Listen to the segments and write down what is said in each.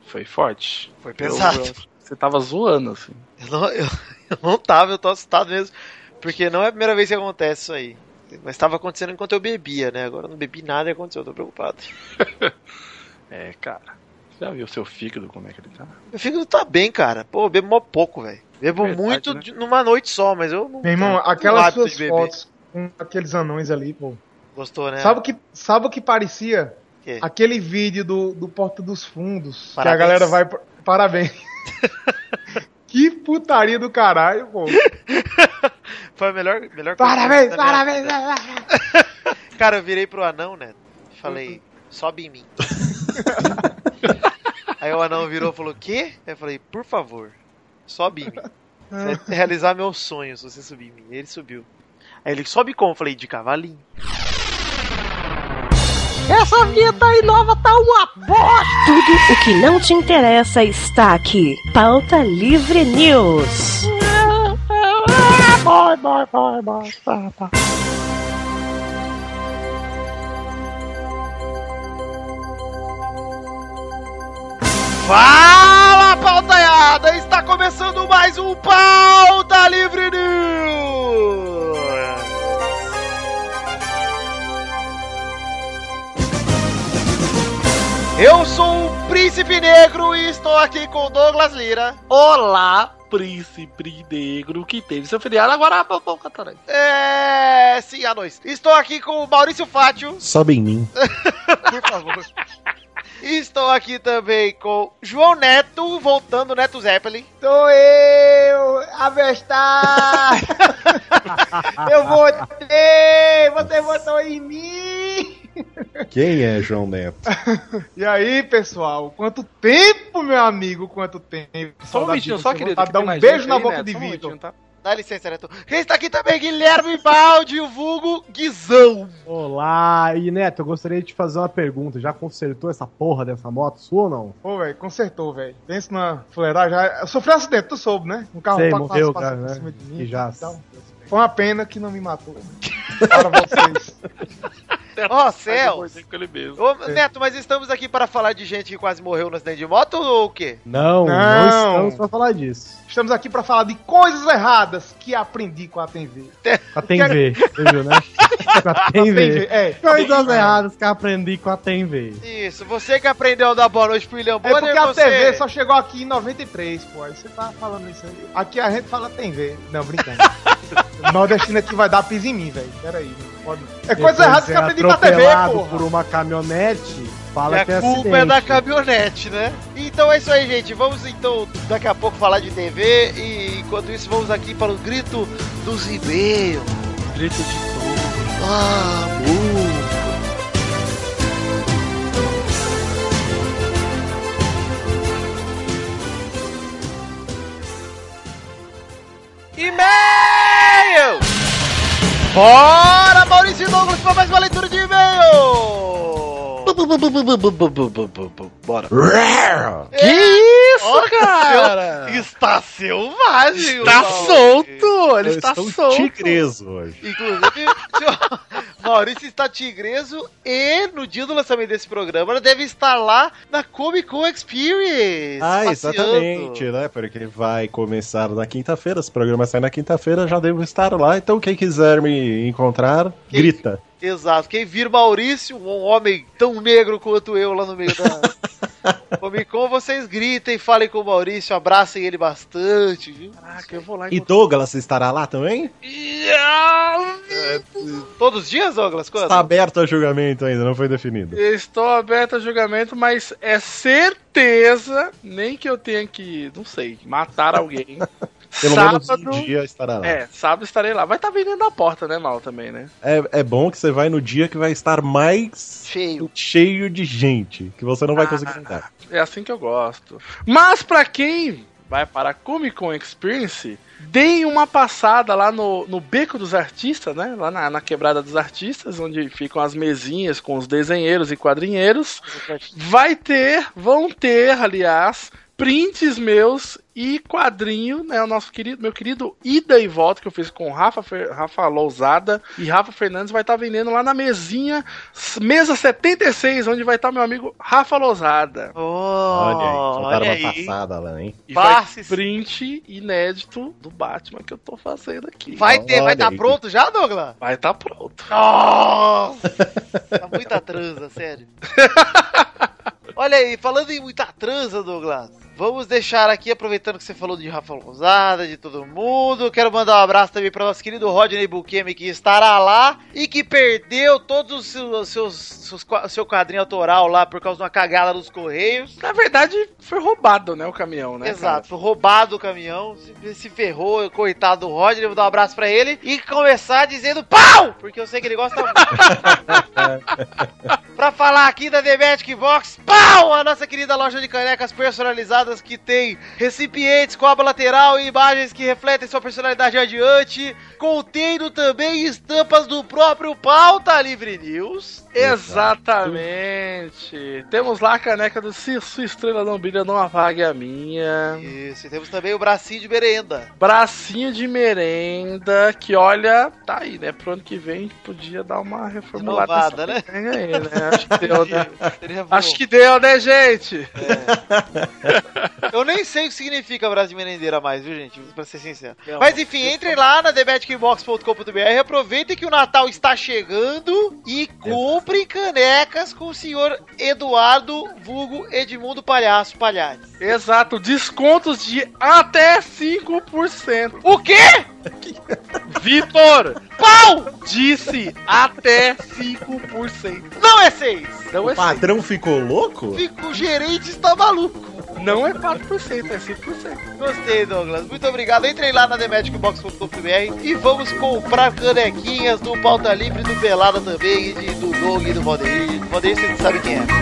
Foi forte. Foi pesado. Você tava zoando, assim. Eu não tava, eu tô assustado mesmo. Porque não é a primeira vez que acontece isso aí. Mas estava acontecendo enquanto eu bebia, né? Agora eu não bebi nada e aconteceu, eu tô preocupado. Cara. Já viu o seu fígado, como é que ele tá? Meu fígado tá bem, cara. Pô, eu bebo mó pouco, velho. Bebo muito, né? Numa noite só, mas eu não... Meu irmão, aquelas suas fotos com aqueles anões ali, pô. Gostou, né? Sabe o que parecia? Que? Aquele vídeo do Porta dos Fundos. Parabéns. Que a galera vai... Parabéns. Que putaria do caralho, pô. Foi a melhor Parabéns, coisa parabéns. Cara, eu virei pro anão, né? Falei, sobe em mim. Aí o anão virou e falou, quê? Aí eu falei, por favor, sobe em mim. Você vai realizar meus sonhos se você subir em mim. E ele subiu. Aí ele, sobe como? Eu falei, de cavalinho. Essa vinheta aí nova tá uma bosta! Tudo o que não te interessa está aqui. Pauta Livre News. Tá. Fala, pautaiada! Está começando mais um Pauta Livre News! Eu sou o Príncipe Negro e estou aqui com Douglas Lira. Olá, Príncipe Negro, que teve seu feriado agora há pouco, Catarina. Sim, anões. Estou aqui com o Maurício Fátio. Sobe em mim. Por favor. Estou aqui também com João Neto, voltando, Neto Zeppelin. Sou eu, Avestar! Eu votei! Você votou em mim! Quem é João Neto? E aí, pessoal? Quanto tempo, meu amigo? Quanto tempo? Só um minutinho, só queria dar um beijo na boca de Vitor. Tá? Dá licença, Neto. Quem está aqui também, Guilherme Baldi, o vulgo Guizão. Olá, e Neto, eu gostaria de te fazer uma pergunta. Já consertou essa porra dessa moto sua ou não? Pô, velho, consertou, velho. Pensa na fuleiragem. Eu sofri um acidente, tu soube, né? Um carro morreu, cara, né? Mim, e já. Foi uma pena que não me matou. Para vocês. Ó, céus! Ô, Neto, mas estamos aqui para falar de gente que quase morreu no acidente de moto ou o quê? Não estamos para falar disso. Estamos aqui para falar de coisas erradas que aprendi com a TNV. Com a TNV, você viu, né? Com a TNV. Coisas erradas que aprendi com a TNV. Isso, você que aprendeu a dar boa noite pro William Bonner. É porque a TV só chegou aqui em 93, pô. Aí você tá falando isso aí. Aqui a gente fala TNV. Não, brincando. O nordestino aqui vai dar piso em mim, velho. Pera aí, não pode. É coisa errada que eu aprendi pra TV, porra. Por uma caminhonete, fala que é acidente. A culpa é da caminhonete, né? Então é isso aí, gente. Vamos então daqui a pouco falar de TV e enquanto isso vamos aqui para o grito dos e-mails. Grito de tudo. Amor. E-mail! Bora, Maurício Douglas, para mais uma leitura de e-mail! Bora. Que isso, cara? Está selvagem. Está solto. Ele está solto. Tigreso hoje. Inclusive, Maurício está tigreso e no dia do lançamento desse programa ela deve estar lá na Comic Con Experience. Exatamente, né? Porque ele vai começar na quinta-feira. Esse programa sai na quinta-feira, já devo estar lá. Então quem quiser me encontrar, grita. Exato. Quem vir Maurício, um homem tão negro quanto eu lá no meio da Comic Con, vocês gritem, falem com o Maurício, abracem ele bastante, viu? Caraca, eu vou lá e Douglas estará lá também? Todos os dias, Douglas? Quando? Está aberto a julgamento ainda, não foi definido. Estou aberto a julgamento, mas é certeza, nem que eu tenha que, não sei, matar alguém. Pelo menos um dia estará lá. Sábado estarei lá. Vai estar vendendo na porta, né, Mal, também, né? É bom que você vai no dia que vai estar mais cheio de gente, que você não vai conseguir entrar. É assim que eu gosto. Mas pra quem vai para a Comic Con Experience, deem uma passada lá no Beco dos Artistas, né? Lá na Quebrada dos Artistas, onde ficam as mesinhas com os desenheiros e quadrinheiros. Vão ter, aliás, prints meus e quadrinho, né? Meu querido Ida e Volta, que eu fiz com Rafa Lousada e Rafa Fernandes, vai estar vendendo lá na mesa 76, onde vai estar meu amigo Rafa Lousada. Olha aí, uma passada lá, hein? E vai print inédito do Batman que eu tô fazendo aqui. Vai estar pronto já, Douglas? Vai estar pronto. Nossa! Tá muita transa, sério. Olha aí, falando em muita transa, Douglas, vamos deixar aqui, aproveitando que você falou de Rafa Lousada, de todo mundo, quero mandar um abraço também para o nosso querido Rodney Bukemi, que estará lá e que perdeu todos o seu quadrinho autoral lá por causa de uma cagada dos Correios. Na verdade, foi roubado, né, o caminhão, né? Exato, cara? Foi roubado o caminhão, se ferrou, coitado do Rodney, vou dar um abraço pra ele e começar dizendo pau! Porque eu sei que ele gosta muito. Pra falar aqui da The Magic Box, pau! A nossa querida loja de canecas personalizadas que tem recipientes com aba lateral e imagens que refletem sua personalidade adiante, contendo também estampas do próprio Pauta Livre News. Exatamente. Temos lá a caneca do Se Sua Estrela Não Brilha, Não Apague a Minha. Isso, e temos também o bracinho de merenda. Bracinho de merenda, que olha, tá aí, né? Pro ano que vem podia dar uma reformulada. Renovada, né? Aí, né? Acho que deu, né? Acho que deu, né, gente? Eu nem sei o que significa braço de merendeira mais, viu, gente? Pra ser sincero. Mas enfim, entrem lá na themagicbox.com.br, aproveitem que o Natal está chegando e comprem canecas com o senhor Eduardo vulgo Edmundo Palhaço Palhares. Exato, descontos de até 5%. O quê? Vitor! Pau! Disse até 5%. Não é 6! O patrão ficou louco? O gerente está maluco. Não é 4%, é 5%. Gostei, Douglas. Muito obrigado. Entrem lá na themagicbox.com.br e vamos comprar canequinhas do Pauta Livre, do Pelada também, e do Doug e do Valdeir. Do Valdeir você sabe quem é.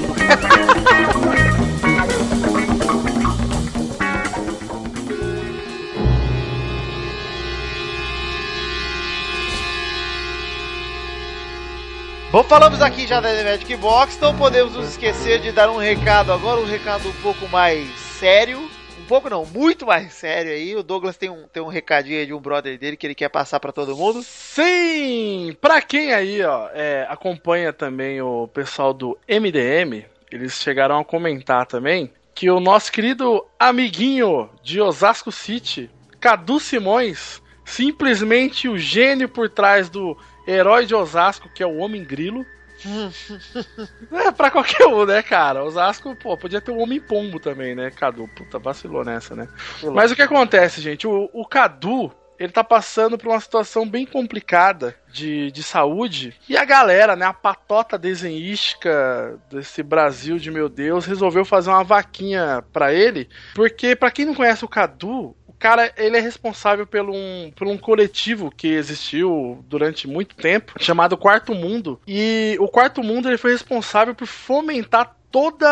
Bom, falamos aqui já da The Magic Box, não podemos nos esquecer de dar um recado agora, um recado um pouco mais sério. Um pouco não, muito mais sério aí. O Douglas tem um recadinho aí de um brother dele que ele quer passar pra todo mundo. Sim! Pra quem aí, ó, acompanha também o pessoal do MDM, eles chegaram a comentar também que o nosso querido amiguinho de Osasco City, Cadu Simões, simplesmente o gênio por trás do herói de Osasco, que é o Homem Grilo. É pra qualquer um, né, cara? Osasco, pô, podia ter o Homem Pombo também, né, Cadu? Puta, vacilou nessa, né? Mas o que acontece, gente? O Cadu, ele tá passando por uma situação bem complicada de saúde. E a galera, né, a patota desenhística desse Brasil de meu Deus, resolveu fazer uma vaquinha pra ele. Porque, pra quem não conhece o Cadu, cara, ele é responsável por um coletivo que existiu durante muito tempo, chamado Quarto Mundo. E o Quarto Mundo, ele foi responsável por fomentar todo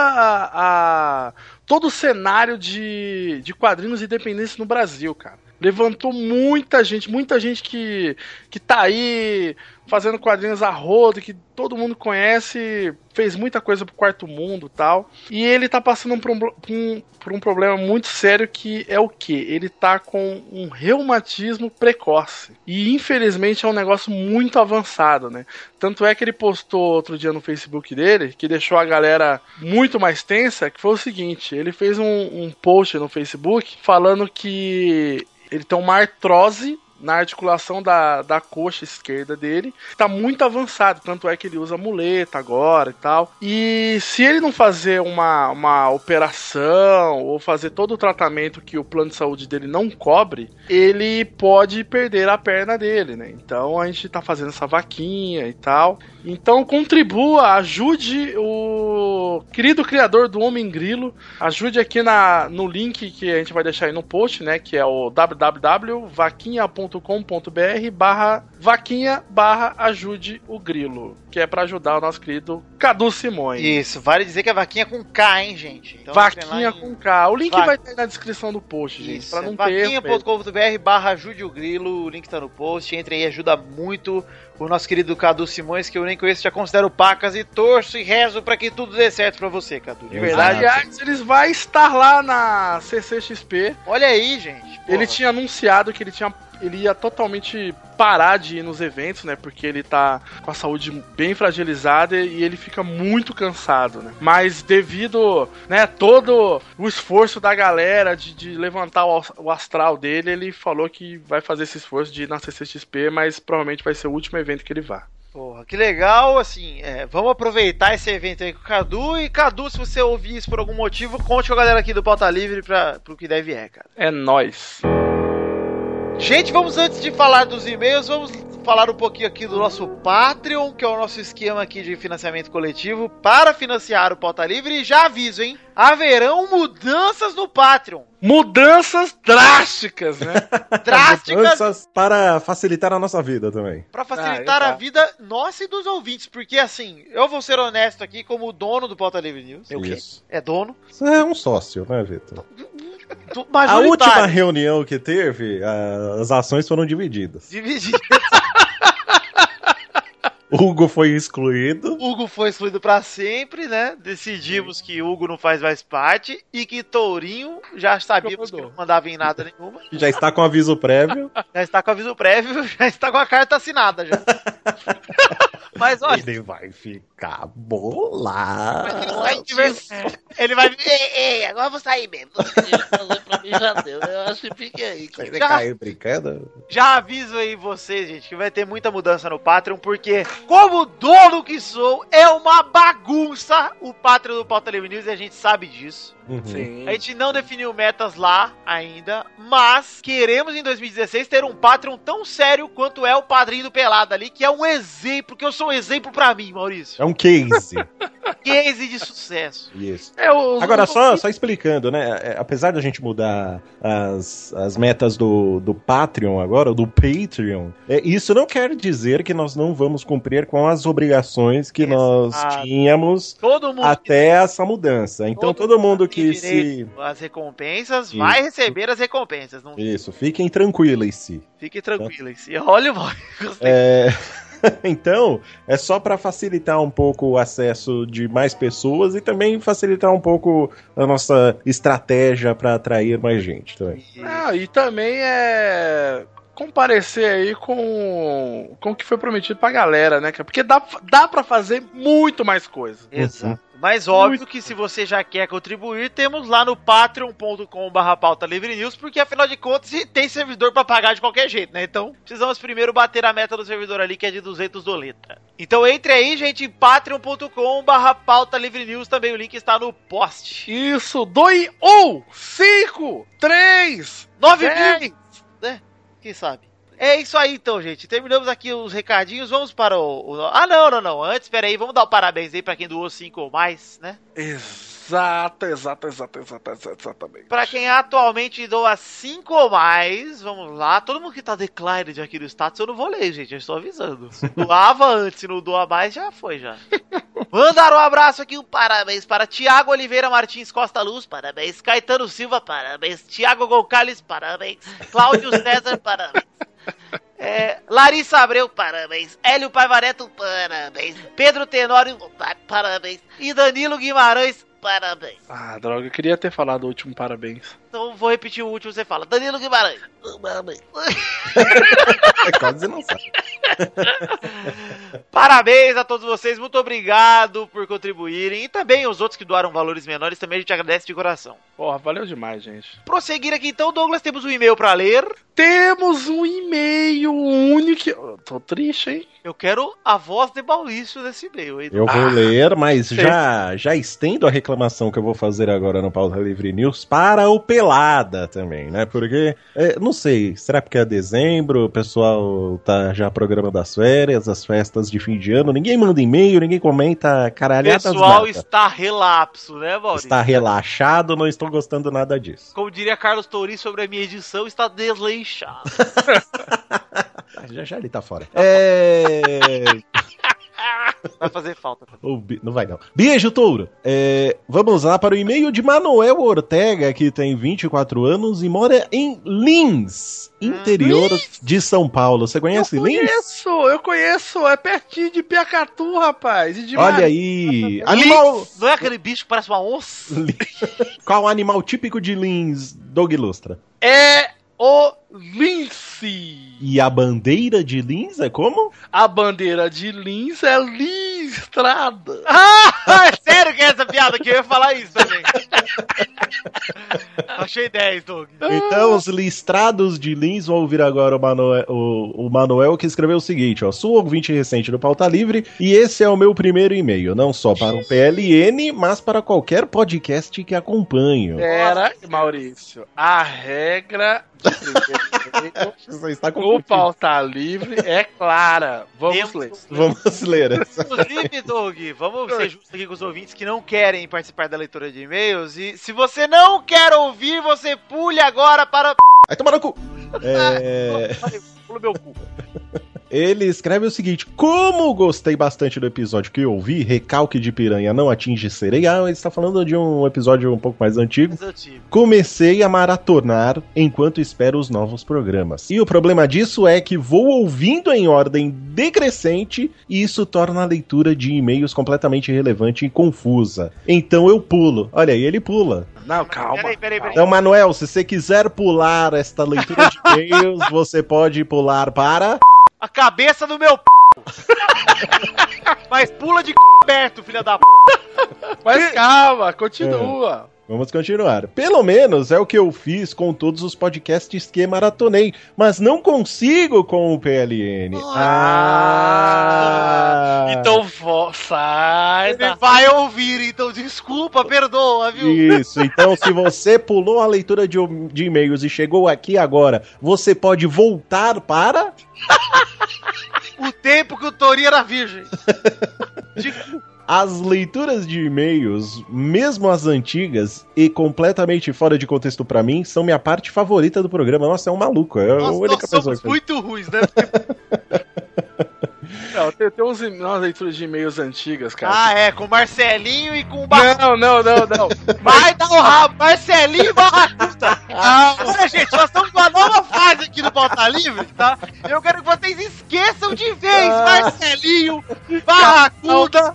o cenário de quadrinhos independentes no Brasil, cara. Levantou muita gente que tá aí fazendo quadrinhos a rodo, que todo mundo conhece, fez muita coisa pro Quarto Mundo e tal. E ele tá passando por um problema muito sério, que é o quê? Ele tá com um reumatismo precoce. E infelizmente é um negócio muito avançado, né? Tanto é que ele postou outro dia no Facebook dele, que deixou a galera muito mais tensa, que foi o seguinte: ele fez um post no Facebook falando que ele tem uma artrose na articulação da coxa esquerda dele, tá muito avançado, tanto é que ele usa muleta agora e tal. E se ele não fazer uma operação ou fazer todo o tratamento que o plano de saúde dele não cobre, ele pode perder a perna dele, né? Então a gente tá fazendo essa vaquinha e tal. Então contribua, ajude o querido criador do Homem Grilo, ajude aqui no link que a gente vai deixar aí no post, né? Que é o www.vaquinha.com.br/The vaquinha/ajude o grilo, que é pra ajudar o nosso querido Cadu Simões. Isso, vale dizer que é vaquinha com K, hein, gente? Então, Vaquinha com K. O link vai ter na descrição do post, gente, pra não ter. Vaquinha.com.br/ajude o grilo, o link tá no post, entre aí, ajuda muito o nosso querido Cadu Simões, que eu nem conheço, já considero pacas e torço e rezo pra que tudo dê certo pra você, Cadu, de verdade. Aliás, eles vão estar lá na CCXP. Olha aí, gente. Porra. Ele tinha anunciado que ele ia totalmente parar de ir nos eventos, né? Porque ele tá com a saúde bem fragilizada e ele fica muito cansado, né? Mas devido, né, todo o esforço da galera de levantar o astral dele, ele falou que vai fazer esse esforço de ir na CCXP, mas provavelmente vai ser o último evento que ele vá. Porra, que legal, assim, vamos aproveitar esse evento aí com o Cadu, e Cadu, se você ouvir isso por algum motivo, conte com a galera aqui do Pauta Livre pro que deve cara. É nóis. Gente, vamos, antes de falar dos e-mails, vamos falar um pouquinho aqui do nosso Patreon, que é o nosso esquema aqui de financiamento coletivo para financiar o Pauta Livre. E já aviso, hein? Haverão mudanças no Patreon. Mudanças drásticas, né? Drásticas. Mudanças para facilitar a nossa vida também. Para facilitar a vida nossa e dos ouvintes. Porque, assim, eu vou ser honesto aqui como dono do Pauta Livre News. Isso. É dono. Você é um sócio, né, Vitor? A última reunião que teve, as ações foram divididas. Hugo foi excluído. Hugo foi excluído pra sempre, né? Decidimos que Hugo não faz mais parte e que Tourinho já sabíamos que não mandava em nada nenhuma. Já está com aviso prévio. Já está com aviso prévio, já está com a carta assinada já. Mas olha, ele vai ficar bolado. Ele vai. Ei, agora eu vou sair mesmo. Pra mim já deu. Eu acho que fique aí. Ele caiu brincando. Já aviso aí vocês, gente, que vai ter muita mudança no Patreon, porque, como dono que sou, é uma bagunça o Patreon do Pauta Livre News e a gente sabe disso. Sim. A gente não definiu metas lá ainda, mas queremos em 2016 ter um Patreon tão sério quanto é o Padrinho do Pelado ali, que é um exemplo, que eu sou um exemplo pra mim, Maurício. É um case. Case de sucesso. Isso. Agora, só explicando, né? Apesar da gente mudar as metas do Patreon agora, do Patreon, isso não quer dizer que nós não vamos cumprir com as obrigações que nós tínhamos até essa mudança. Então, todo mundo que as recompensas vai receber as recompensas. Não... Isso, fiquem tranquilos. Fiquem tranquilos. Olha, então, é só para facilitar um pouco o acesso de mais pessoas e também facilitar um pouco a nossa estratégia para atrair mais gente também. E também comparecer aí com o que foi prometido pra galera, né? Porque dá pra fazer muito mais coisa. Exato. Mas óbvio que se você já quer contribuir, temos lá no patreon.com/Pauta Livre News, porque afinal de contas tem servidor pra pagar de qualquer jeito, né? Então precisamos primeiro bater a meta do servidor ali, que é de 200 doleta. Então entre aí, gente, em patreon.com/Pauta Livre News, também o link está no post. Isso, 2, 1, 5, 3, 9 mil, né? Quem sabe? É isso aí então, gente. Terminamos aqui os recadinhos. Vamos para o... Ah, não. Antes, peraí, vamos dar o parabéns aí pra quem doou 5 ou mais, né? Exatamente. Pra quem atualmente doa 5 ou mais, vamos lá. Todo mundo que tá declined aqui no status, eu não vou ler, gente. Eu estou avisando. Doava antes, se não doa mais, já foi, já. Mandar um abraço aqui, um parabéns para Tiago Oliveira Martins Costa Luz, parabéns. Caetano Silva, parabéns. Tiago Gonçalves, parabéns. Cláudio César, parabéns. Larissa Abreu, parabéns. Hélio Paivareto, parabéns. Pedro Tenório, parabéns. E Danilo Guimarães, parabéns. Droga, eu queria ter falado o último parabéns. Então vou repetir o último, você fala. Danilo Guimarães, parabéns. Quase não sabe. Parabéns a todos vocês, muito obrigado por contribuírem. E também os outros que doaram valores menores, também a gente agradece de coração. Porra, valeu demais, gente. Prosseguir aqui então, Douglas, temos um e-mail pra ler. Temos um e-mail único. Eu tô triste, hein? Eu quero a voz de Maurício nesse e-mail. Hein? Eu vou ler, mas já estendo a reclamação que eu vou fazer agora no Pauta Livre News para o Pelada também, né? Porque, não sei, será porque é dezembro, o pessoal tá já programando as férias, as festas de fim de ano, ninguém manda e-mail, ninguém comenta caralhadas. O pessoal está relapso, né, Maurício? Está relaxado, não estou gostando nada disso. Como diria Carlos Tourinho sobre a minha edição, está desleixado. Já ele tá fora. Vai fazer falta. Não vai não. Beijo, Touro. Vamos lá para o e-mail de Manuel Ortega, que tem 24 anos e mora em Lins, interior de São Paulo. Você conhece Lins? Eu conheço. É pertinho de Piacatu, rapaz. E de Olha aí. Animal... Não é aquele bicho que parece uma onça? Qual animal típico de Lins, Doug Ilustra? É o lince. E a bandeira de Lins é como? A bandeira de Lins é listrada. É sério que é essa piada aqui? Eu ia falar isso também. Achei 10, Doug. Então, os listrados de Lins vão ouvir agora o Manuel, que escreveu o seguinte, ó. Sou ouvinte recente do Pauta Livre e esse é o meu primeiro e-mail, não só para o PLN, mas para qualquer podcast que acompanho. Maurício, a regra de primeiro Você está no Pauta Livre é clara. Vamos ler. Vamos ler. Inclusive, Doug, vamos ser justos aqui com os ouvintes que não querem participar da leitura de e-mails. E se você não quer ouvir, você pule agora para... Vai tomar no cu. Pula meu cu. Ele escreve o seguinte: como gostei bastante do episódio que eu ouvi, Recalque de Piranha não atinge sereia. Ele está falando de um episódio um pouco mais antigo. Comecei a maratonar enquanto espero os novos programas. E o problema disso é que vou ouvindo em ordem decrescente e isso torna a leitura de e-mails completamente irrelevante e confusa. Então eu pulo. Olha aí, ele pula. Não, calma. Peraí. Então, Manuel, se você quiser pular esta leitura de e-mails, você pode pular para... a cabeça do meu p. Mas pula de aberto, filha da p. Mas calma, continua. Vamos continuar. Pelo menos é o que eu fiz com todos os podcasts que maratonei, mas não consigo com o PLN. Então sai. Ele vai ouvir, então desculpa, perdoa, viu? Isso, então se você pulou a leitura de e-mails e chegou aqui agora, você pode voltar para... o tempo que o Torinho era virgem. As leituras de e-mails, mesmo as antigas e completamente fora de contexto pra mim, são minha parte favorita do programa. Nossa, é um maluco. É a única pessoa somos muito ruins, né? Não, tem umas leituras de e-mails antigas, cara. Com o Marcelinho e com o Não. Vai dar o rabo, Marcelinho e Barracuda. Olha, gente, nós estamos numa nova fase aqui no Pauta Livre, tá? Eu quero que vocês esqueçam de vez Marcelinho, Barracuda.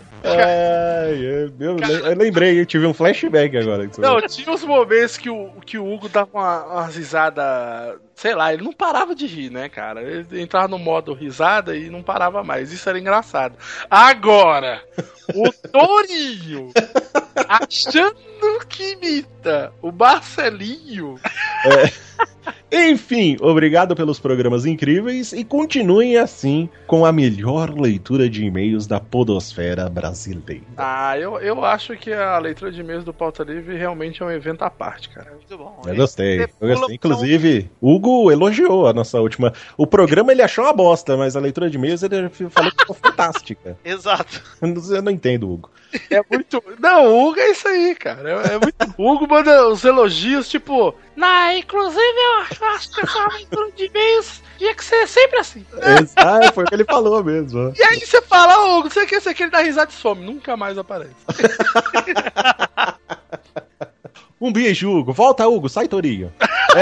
Eu lembrei, eu tive um flashback agora. Não, tinha uns momentos que o Hugo dava uma risada, sei lá, ele não parava de rir, né, cara? Ele entrava no modo risada e não parava mais. Isso era engraçado. Agora, o Torinho achando que imita o Marcelinho. Enfim, obrigado pelos programas incríveis e continuem assim com a melhor leitura de e-mails da podosfera brasileira. Eu acho que a leitura de e-mails do Pauta Livre realmente é um evento à parte, cara. Muito bom. Eu gostei. Inclusive, Hugo elogiou a nossa última... O programa ele achou uma bosta, mas a leitura de e-mails ele falou que ficou fantástica. Exato. Eu não entendo, Hugo. É muito... Não, o Hugo é isso aí, cara. É muito... O Hugo manda os elogios, tipo... inclusive eu acho que essa leitura de e-mails tinha que ser sempre assim. Foi o que ele falou mesmo. E aí você fala, Hugo, você quer ele dá risada e some. Nunca mais aparece. Um beijo, Hugo. Volta, Hugo. Sai, Torinho.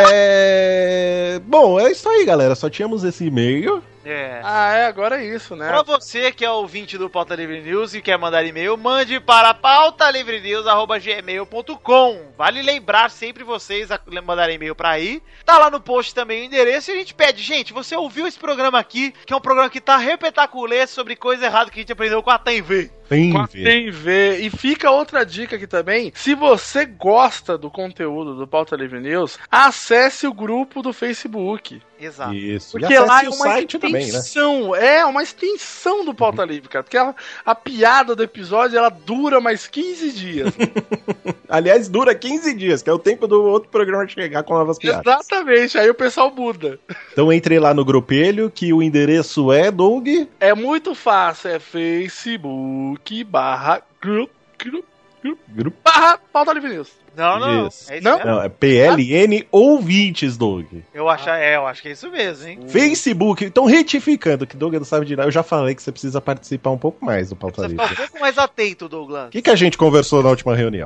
Bom, é isso aí, galera. Só tínhamos esse e-mail. Agora é isso, né? Pra você que é ouvinte do Pauta Livre News e quer mandar e-mail, mande para pautalivrenews@gmail.com. Vale lembrar sempre vocês a mandar e-mail pra aí. Tá lá no post também o endereço e a gente pede, gente, você ouviu esse programa aqui, que é um programa que tá repetaculê sobre coisa errada que a gente aprendeu com a TEMV. Tem ver. E fica outra dica aqui também. Se você gosta do conteúdo do Pauta Livre News, acesse o grupo do Facebook. Exato. Isso. Porque lá é uma extensão, também, né? É uma extensão do Pauta Livre, cara. Porque a piada do episódio, ela dura mais 15 dias. Aliás, dura 15 dias, que é o tempo do outro programa chegar com novas piadas. Exatamente, aí o pessoal muda. Então entre lá no grupelho, que o endereço é, Doug? É muito fácil, é Facebook /group Pauta Livre News. Não. Isso. É isso Não? mesmo? Não, é PLN ouvintes, Doug. Eu acho que é isso mesmo, hein? Facebook, então retificando, que Doug não sabe de nada, eu já falei que você precisa participar um pouco mais do Pauta Precisa Livre. ficar um pouco mais atento, Douglas. O que a gente conversou na última reunião?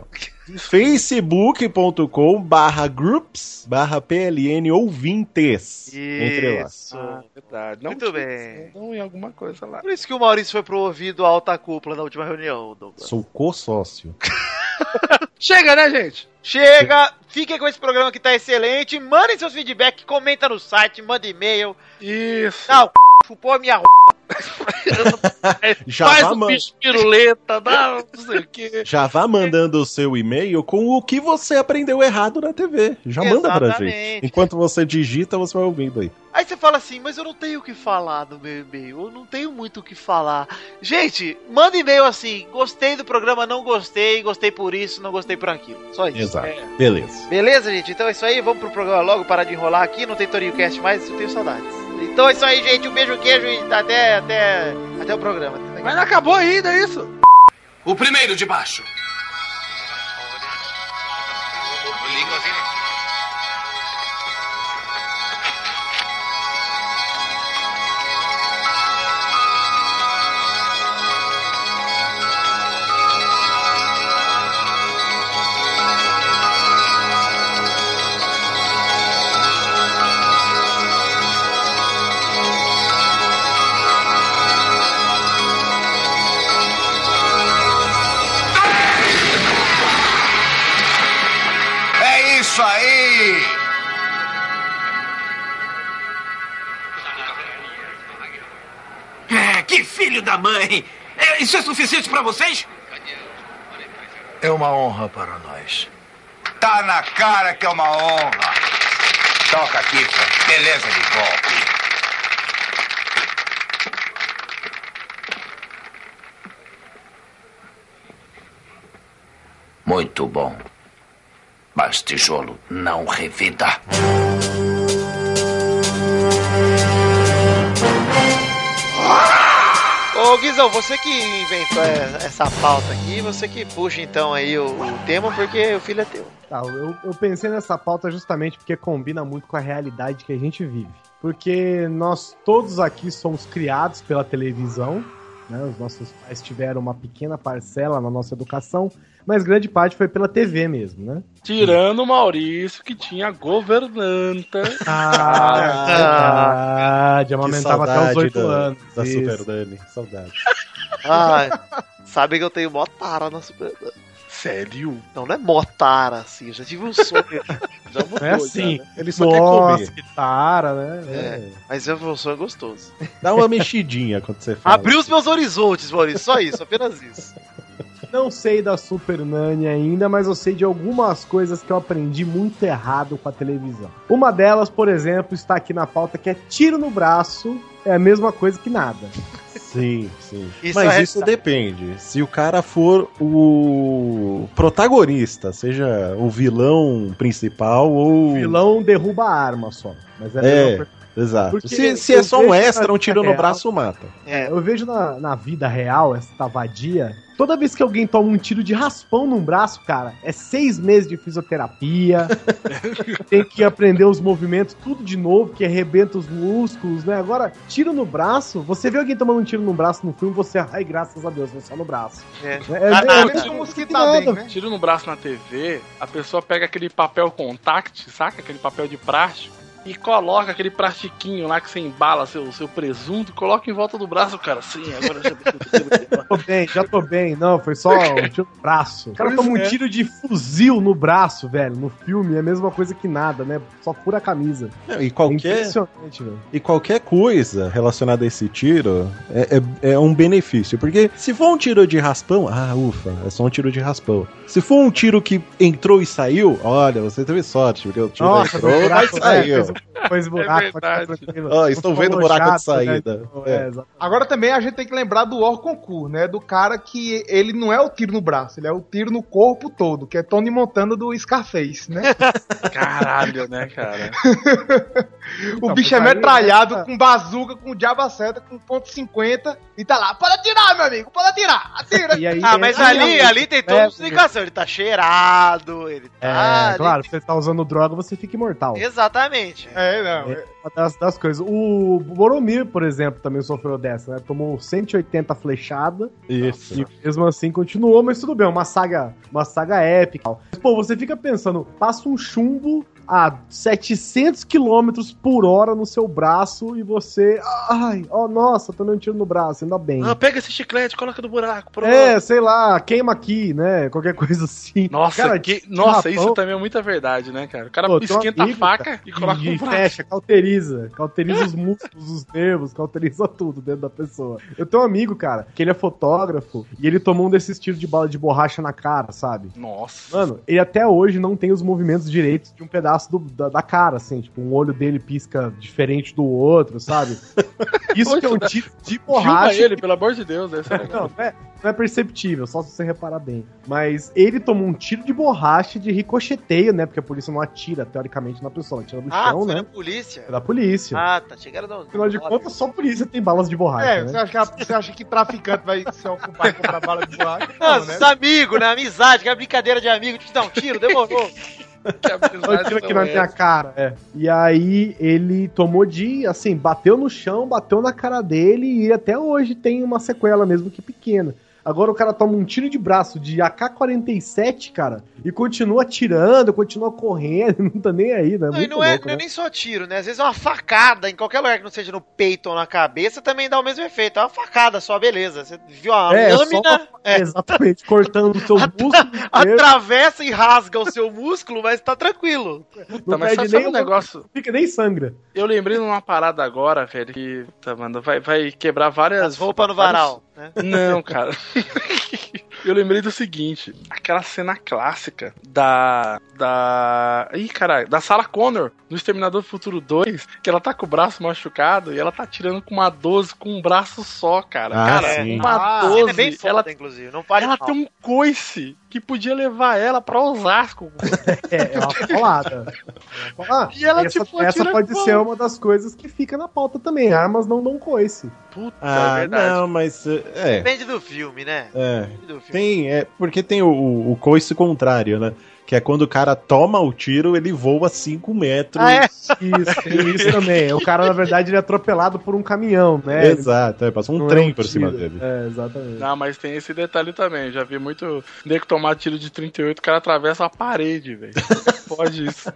facebook.com/groups/PLN ouvintes. Entre lá. Isso. Verdade. Muito bem. Não em alguma coisa lá. Por isso que o Maurício foi pro ouvido alta cúpula na última reunião, Douglas. Sou co-sócio. Chega, né, gente? Chega, fiquem com esse programa que tá excelente. Mandem seus feedbacks, comenta no site, manda e-mail. Isso. Não, chupou a minha Já Faz vá, um bicho piruleta, dá não sei o quê. já vá mandando o seu e-mail com o que você aprendeu errado na TV. Já manda pra gente. Exatamente. Enquanto você digita, você vai ouvindo aí. Aí você fala assim, mas eu não tenho o que falar no meu e-mail, eu não tenho muito o que falar. Gente, manda e-mail assim, gostei do programa, não gostei, gostei por isso, não gostei por aquilo. Só isso. Exato. Beleza. Beleza, gente? Então é isso aí, vamos pro programa logo, parar de enrolar aqui, não tem Torinho Cast mais, eu tenho saudades. Então é isso aí, gente, um beijo, queijo e até o programa. Mas não acabou ainda, é isso? O primeiro de baixo. É isso aí! Que filho da mãe! Isso é suficiente pra vocês? É uma honra para nós. Tá na cara que é uma honra. Toca aqui, pô. Beleza de golpe. Muito bom. Mas tijolo não revida. Ô Guizão, você que inventou essa pauta aqui, você que puxa então aí o tema, porque o filho é teu. Tá, eu pensei nessa pauta justamente porque combina muito com a realidade que a gente vive. Porque nós todos aqui somos criados pela televisão, né? Os nossos pais tiveram uma pequena parcela na nossa educação, mas grande parte foi pela TV mesmo, né? Tirando o Maurício, que tinha governanta. Verdade, amamentava até os 8 anos. Da isso. Super Dani, saudade. Sabe que eu tenho mó tara na Super Dani. Sério? Não é mó tara, assim, eu já tive um sonho. Já mudou, É assim, já, né? Ele só quer comer. que tara, né? Mas já foi um sonho gostoso. Dá uma mexidinha quando você fala. Abriu os meus horizontes, Maurício, só isso, apenas isso. Não sei da Super Nani ainda, mas eu sei de algumas coisas que eu aprendi muito errado com a televisão. Uma delas, por exemplo, está aqui na pauta, que é tiro no braço, é a mesma coisa que nada. Sim, sim. Isso Mas é- isso depende. Se o cara for o protagonista, seja o vilão principal ou... O vilão derruba a arma só. Mas é a É. mesma coisa. Exato. Porque Se é eu só um vejo extra, na um tiro vida no real- braço mata. Eu vejo na vida real, essa vadia, toda vez que alguém toma um tiro de raspão num braço, cara, é 6 meses de fisioterapia, tem que aprender os movimentos, tudo de novo, que arrebenta os músculos, né? Agora, tiro no braço, você vê alguém tomando um tiro no braço no filme, você, ai, graças a Deus, foi só no braço. Como que tá bem, né? Tiro no braço na TV, a pessoa pega aquele papel contact, saca? Aquele papel de plástico. E coloca aquele plastiquinho lá que você embala seu presunto, coloca em volta do braço, cara. Sim, agora Já tô bem. Não, foi só um tiro no braço. O cara toma um tiro de fuzil no braço, velho. No filme é a mesma coisa que nada, né? Só fura a camisa. Não, e É qualquer, impressionante, velho. e qualquer coisa relacionada a esse tiro é um benefício. Porque se for um tiro de raspão, ufa, é só um tiro de raspão. Se for um tiro que entrou e saiu, olha, você teve sorte, porque o tiro Nossa, entrou, mas saiu. Fez buraco, É pode verdade. ficar tranquilo. Ó, estou Não vendo o falou buraco de chato, né? saída. Exato. Agora também a gente tem que lembrar do Orconcourt, né? Do cara que ele não é o tiro no braço, ele é o tiro no corpo todo, que é Tony Montana do Scarface, né? Caralho, né, cara? O bicho é metralhado com bazuca, com diabo acerta, com ponto .50 e tá lá. Pode atirar, meu amigo, pode atirar, atira. E aí, Mas ali tem toda uma explicação. Ele tá cheirado, ele tá... claro, se você tá usando droga, você fica imortal. Exatamente. Uma das coisas. O Boromir, por exemplo, também sofreu dessa, né? Tomou 180 flechadas. Isso. E mesmo assim continuou, mas tudo bem, uma saga épica. Pô, você fica pensando, passa um chumbo a 700 km por hora no seu braço e você... nossa, tô dando um tiro no braço, ainda bem. Pega esse chiclete, coloca no buraco. Sei lá, queima aqui, né? Qualquer coisa assim. Nossa, cara, isso também é muita verdade, né, cara? O cara esquenta a faca e coloca no braço. Fecha, cauteriza os músculos, os nervos, cauteriza tudo dentro da pessoa. Eu tenho um amigo, cara, que ele é fotógrafo e ele tomou um desses tiros de bala de borracha na cara, sabe? Nossa. Mano, ele até hoje não tem os movimentos direitos de um pedaço da cara, assim, tipo, um olho dele pisca diferente do outro, sabe? Isso que é um tiro de borracha. Filma ele, pelo amor de Deus. Não é perceptível, só se você reparar bem. Mas ele tomou um tiro de borracha de ricocheteio, né? Porque a polícia não atira, teoricamente, na pessoa. Atira do chão, foi né? da polícia? É da polícia. Tá. Chegaram da... Afinal de contas, só a polícia tem balas de borracha, né? Você acha que traficante vai se ocupar com comprar bala de borracha? Não, né? Amigos, né? Amizade, que é brincadeira de amigo. Te dá um tiro, demorou. Tira aqui na minha cara. E aí ele tomou bateu no chão, bateu na cara dele e até hoje tem uma sequela mesmo que pequena. Agora o cara toma um tiro de braço de AK-47, cara, e continua atirando, continua correndo, não tá nem aí, né? Não é nem só tiro, né? Às vezes é uma facada em qualquer lugar que não seja no peito ou na cabeça também dá o mesmo efeito. É uma facada só, beleza. Você viu a lâmina... Exatamente, cortando o seu músculo. Atravessa e rasga o seu músculo, mas tá tranquilo. Não perde nem negócio. Fica nem sangra. Eu lembrei de uma parada agora, velho, que mano, vai quebrar várias... roupas no varal, né? Não, cara. Eu lembrei do seguinte, aquela cena clássica da Sarah Connor no Exterminador do Futuro 2, que ela tá com o braço machucado e ela tá atirando com uma 12 com um braço só, cara. Uma 12, é bem foda, inclusive. Não pode ela tem um coice que podia levar ela pra Osasco. É uma paulada. E ela, essa pode ser uma das coisas que fica na pauta também. Armas não dão coice. Puta, é verdade. Não, mas... Depende do filme, né? Porque tem o coice contrário, né? Que é quando o cara toma o tiro, ele voa 5 metros. Isso, tem isso também. O cara, na verdade, ele é atropelado por um caminhão, né? Exato, passou um trem por cima dele. Exatamente. Não, mas tem esse detalhe também. Já vi muito nego tomar tiro de 38, o cara atravessa a parede, velho. Pode isso.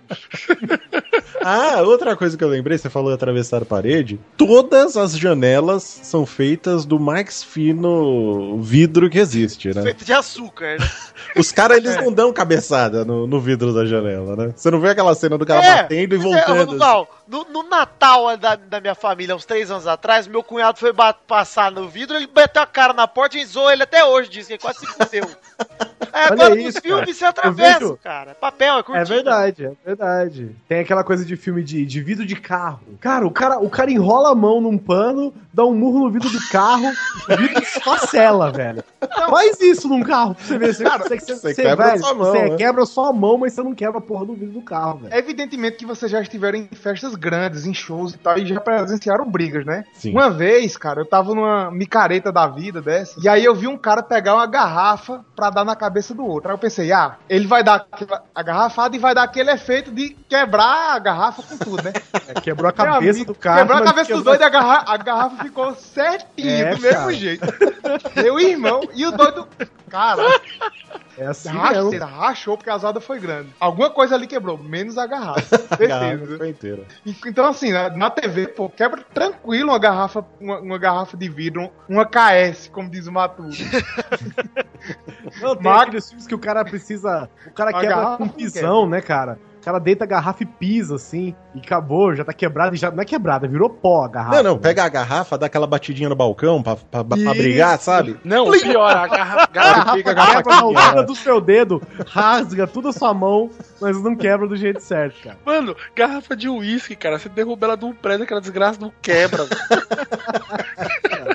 Outra coisa que eu lembrei, você falou atravessar a parede. Todas as janelas são feitas do mais fino vidro que existe, né? Feito de açúcar, né? Os caras, eles não dão cabeçada no vidro da janela, né? Você não vê aquela cena do cara batendo e voltando. No Natal da minha família, uns 3 anos atrás, meu cunhado foi passar no vidro, ele bateu a cara na porta e zoou ele até hoje, diz que ele quase se fudeu. Agora nos filmes você atravessa, cara. Papel, é curtinho. É verdade. Tem aquela coisa de filme de vidro de carro. Cara, o cara enrola a mão num pano, dá um murro no vidro do carro, o vidro esfacela, velho. Faz isso num carro pra você ver. Você quebra sua mão. Você quebra sua mão, mas você não quebra a porra do vidro do carro, velho. Evidentemente que vocês já estiveram em festas grandes, em shows e tal, e já presenciaram brigas, né? Sim. Uma vez, cara, eu tava numa micareta da vida dessa, e aí eu vi um cara pegar uma garrafa pra dar na cabeça do outro. Aí eu pensei, ele vai dar a garrafada e vai dar aquele efeito de quebrar a garrafa com tudo, né? Quebrou a cabeça do cara. Quebrou a cabeça do doido e a garrafa ficou certinho, do mesmo jeito. Meu irmão, e o doido... Cara... É assim rachou porque a azada foi grande. Alguma coisa ali quebrou, menos a garrafa. Certeza. Foi inteira. Então, assim, na TV, pô, quebra tranquilo uma garrafa de vidro, uma KS, como diz o Matuto. Não, tem aqueles filmes que o cara precisa... O cara quebra com pisão, né, cara? O cara deita a garrafa e pisa, assim, e acabou, já tá quebrado, e já não é quebrada, virou pó a garrafa. Não, pega a garrafa, dá aquela batidinha no balcão pra brigar, sabe? Não, pior, a garrafa quebra na altura do seu dedo, rasga toda a sua mão, mas não quebra do jeito certo, cara. Mano, garrafa de uísque, cara, você derruba ela de um prédio, aquela desgraça não quebra.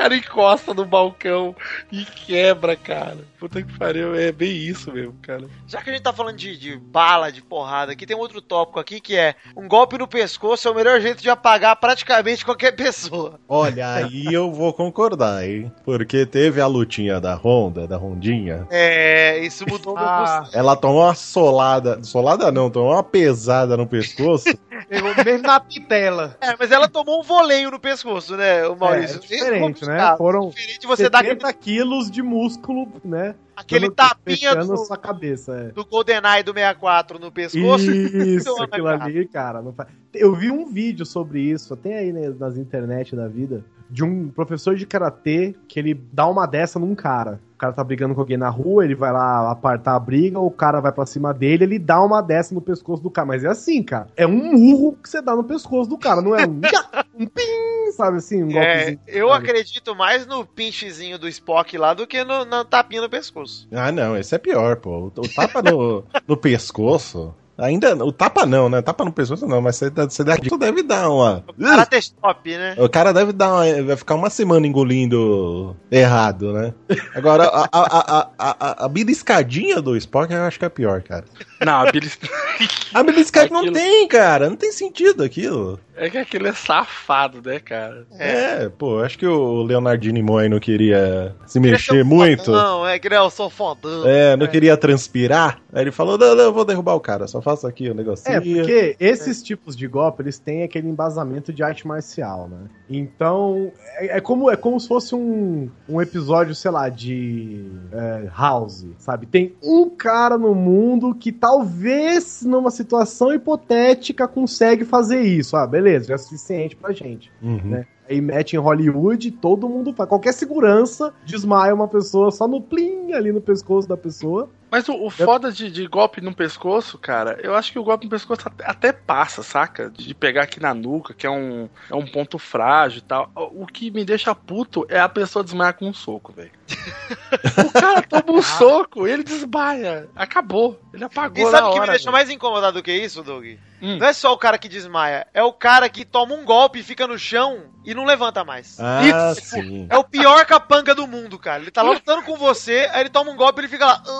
cara encosta no balcão e quebra, cara. Puta que pariu, é bem isso mesmo, cara. Já que a gente tá falando de bala, de porrada, aqui tem outro tópico aqui que é um golpe no pescoço é o melhor jeito de apagar praticamente qualquer pessoa. Olha, aí eu vou concordar, hein? Porque teve a lutinha da Rondinha. Isso mudou meu gosto. Ela tomou uma solada não, tomou uma pesada no pescoço. Mesmo na pitela. Mas ela tomou um voleio no pescoço, né, o Maurício? É diferente, né? Foram diferente você dar 70 quilos de músculo, né? Aquele tapinha na sua cabeça, do GoldenEye do 64 no pescoço. Isso, aquilo ali, cara. Não faz... Eu vi um vídeo sobre isso, tem aí, né, nas internet da vida, de um professor de karatê que ele dá uma dessa num cara. O cara tá brigando com alguém na rua, ele vai lá apartar a briga, o cara vai pra cima dele, ele dá uma dessa no pescoço do cara. Mas é assim, cara. É um murro que você dá no pescoço do cara, não é um pim, sabe assim? Um golpezinho. Eu acredito mais no pinchezinho do Spock lá do que na tapinha no pescoço. Ah, não, esse é pior, pô. O tapa no pescoço... Ainda, o tapa não, né? Tapa no pescoço não, mas você deve dar uma... Karate stop, né? O cara deve dar vai ficar uma semana engolindo errado, né? Agora, a beliscadinha do Spock eu acho que é pior, cara. Não, a beliscadinha não tem, cara. Não tem sentido aquilo. É que aquilo é safado, né, cara? Pô, acho que o Leonardo Nimoy não queria se mexer muito. Não, que eu sou fodão. Não queria transpirar. Aí ele falou, não, eu vou derrubar o cara, só faço aqui o negocinho. Porque esses tipos de golpe, eles têm aquele embasamento de arte marcial, né? Então, é como se fosse um episódio, sei lá, de House, sabe? Tem um cara no mundo que talvez, numa situação hipotética, consegue fazer isso. Ah, beleza, já é suficiente pra gente, né? Aí mete em Hollywood, todo mundo faz. Qualquer segurança desmaia uma pessoa só no plim ali no pescoço da pessoa. Mas o foda de golpe no pescoço, cara, eu acho que o golpe no pescoço até passa, saca? De pegar aqui na nuca, que é um ponto frágil e tal. O que me deixa puto é a pessoa desmaiar com um soco, velho. O cara toma um soco e ele desmaia. Acabou. Ele apagou na hora. E sabe o que me deixa mais incomodado do que isso, Doug? Não é só o cara que desmaia, é o cara que toma um golpe e fica no chão e não levanta mais. Isso, sim. É o pior capanga do mundo, cara. Ele tá lá lutando com você, aí ele toma um golpe e ele fica lá...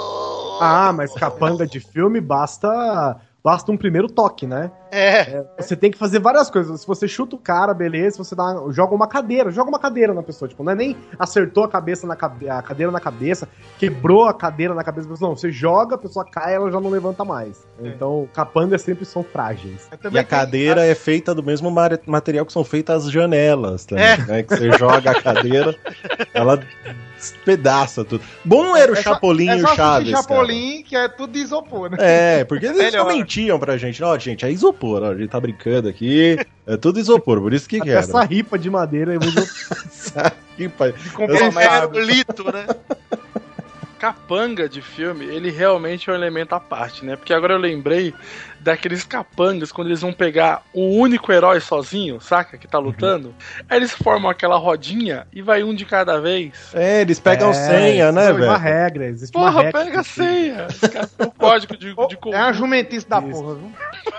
mas capanga de filme basta um primeiro toque, né? Você tem que fazer várias coisas. Se você chuta o cara, beleza. Se você joga uma cadeira na pessoa. Tipo, não é nem acertou a cadeira na cabeça, quebrou a cadeira na cabeça da pessoa. Não, você joga, a pessoa cai, ela já não levanta mais. Então, capangas sempre são frágeis. E a cadeira é feita do mesmo material que são feitas as janelas também, né? Que você joga a cadeira, ela despedaça tudo. Bom era o Chapolin e o Chaves, Chapolin, cara. que é tudo de isopor, né? Porque eles mentiam pra gente. Ó, gente, é isopor. Ó, a gente tá brincando aqui. É tudo isopor, por isso que quebra. Essa ripa de madeira eu vou... Essa ripa... De comprar lito, né? Capanga de filme, ele realmente é um elemento à parte, né? Porque agora eu lembrei daqueles capangas quando eles vão pegar um único herói sozinho, saca? Que tá lutando. Aí eles formam aquela rodinha e vai um de cada vez. Eles pegam senha, né, velho? Existe uma regra. Pega senha. Esse cara tem um código de É uma jumentice da porra, viu?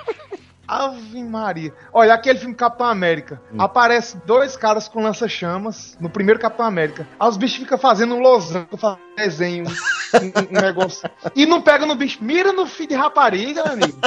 Ave Maria. Olha, aquele filme Capitão América. Aparece dois caras com lança-chamas no primeiro Capitão América. Aí os bichos ficam fazendo um losango, fazendo um desenho, um negócio. E não pega no bicho. Mira no filho de rapariga, meu amigo.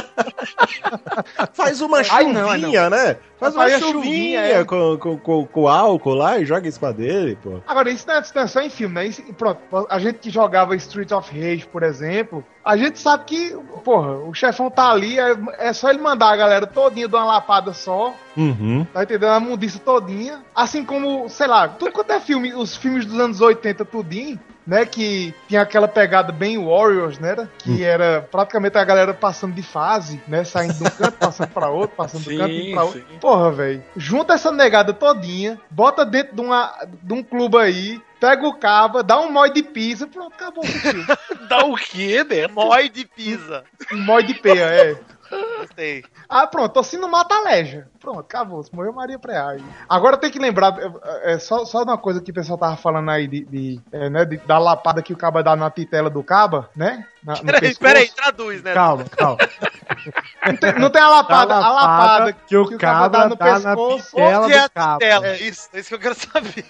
Faz uma chuvinha, né? Faz uma chuvinha com álcool lá e joga em cima dele, pô. Agora, isso não é só em filme, né? Pronto, a gente que jogava Street of Rage, por exemplo, a gente sabe que, porra, o chefão tá ali, é só ele mandar a galera todinha de uma lapada só. Tá entendendo? A mundiça todinha. Assim como, sei lá, tudo quanto é filme, os filmes dos anos 80 tudinho, né, que tinha aquela pegada bem Warriors, né, que era praticamente a galera passando de fase, né, saindo de um canto, passando pra outro, passando do canto pra outro. Porra, velho, junta essa negada todinha, bota dentro de um clube aí, pega o cabo, dá um mói de pizza, pronto, acabou o filme. Dá o quê, né? Mói de pizza. Um mói de peia, Gostei. Ah, pronto, Tocinho mata a Leja. Pronto, acabou. Morreu Maria Preá. Agora tem que lembrar, só uma coisa que o pessoal tava falando aí da lapada que o caba dá na titela do caba, né? Peraí, traduz, né? Calma. Não tem a lapada que o caba dá no pescoço. Onde é a titela? Isso que eu quero saber.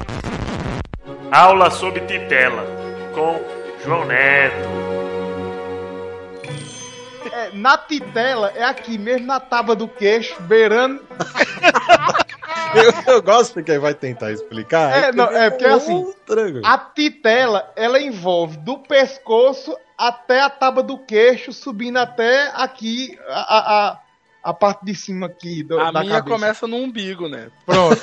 Aula sobre titela, com João Neto. Na titela é aqui mesmo, na tábua do queixo, beirando. Eu gosto porque ele vai tentar explicar. Porque assim, a titela, ela envolve do pescoço até a tábua do queixo, subindo até aqui, a parte de cima aqui da minha cabeça. começa no umbigo, né? Pronto,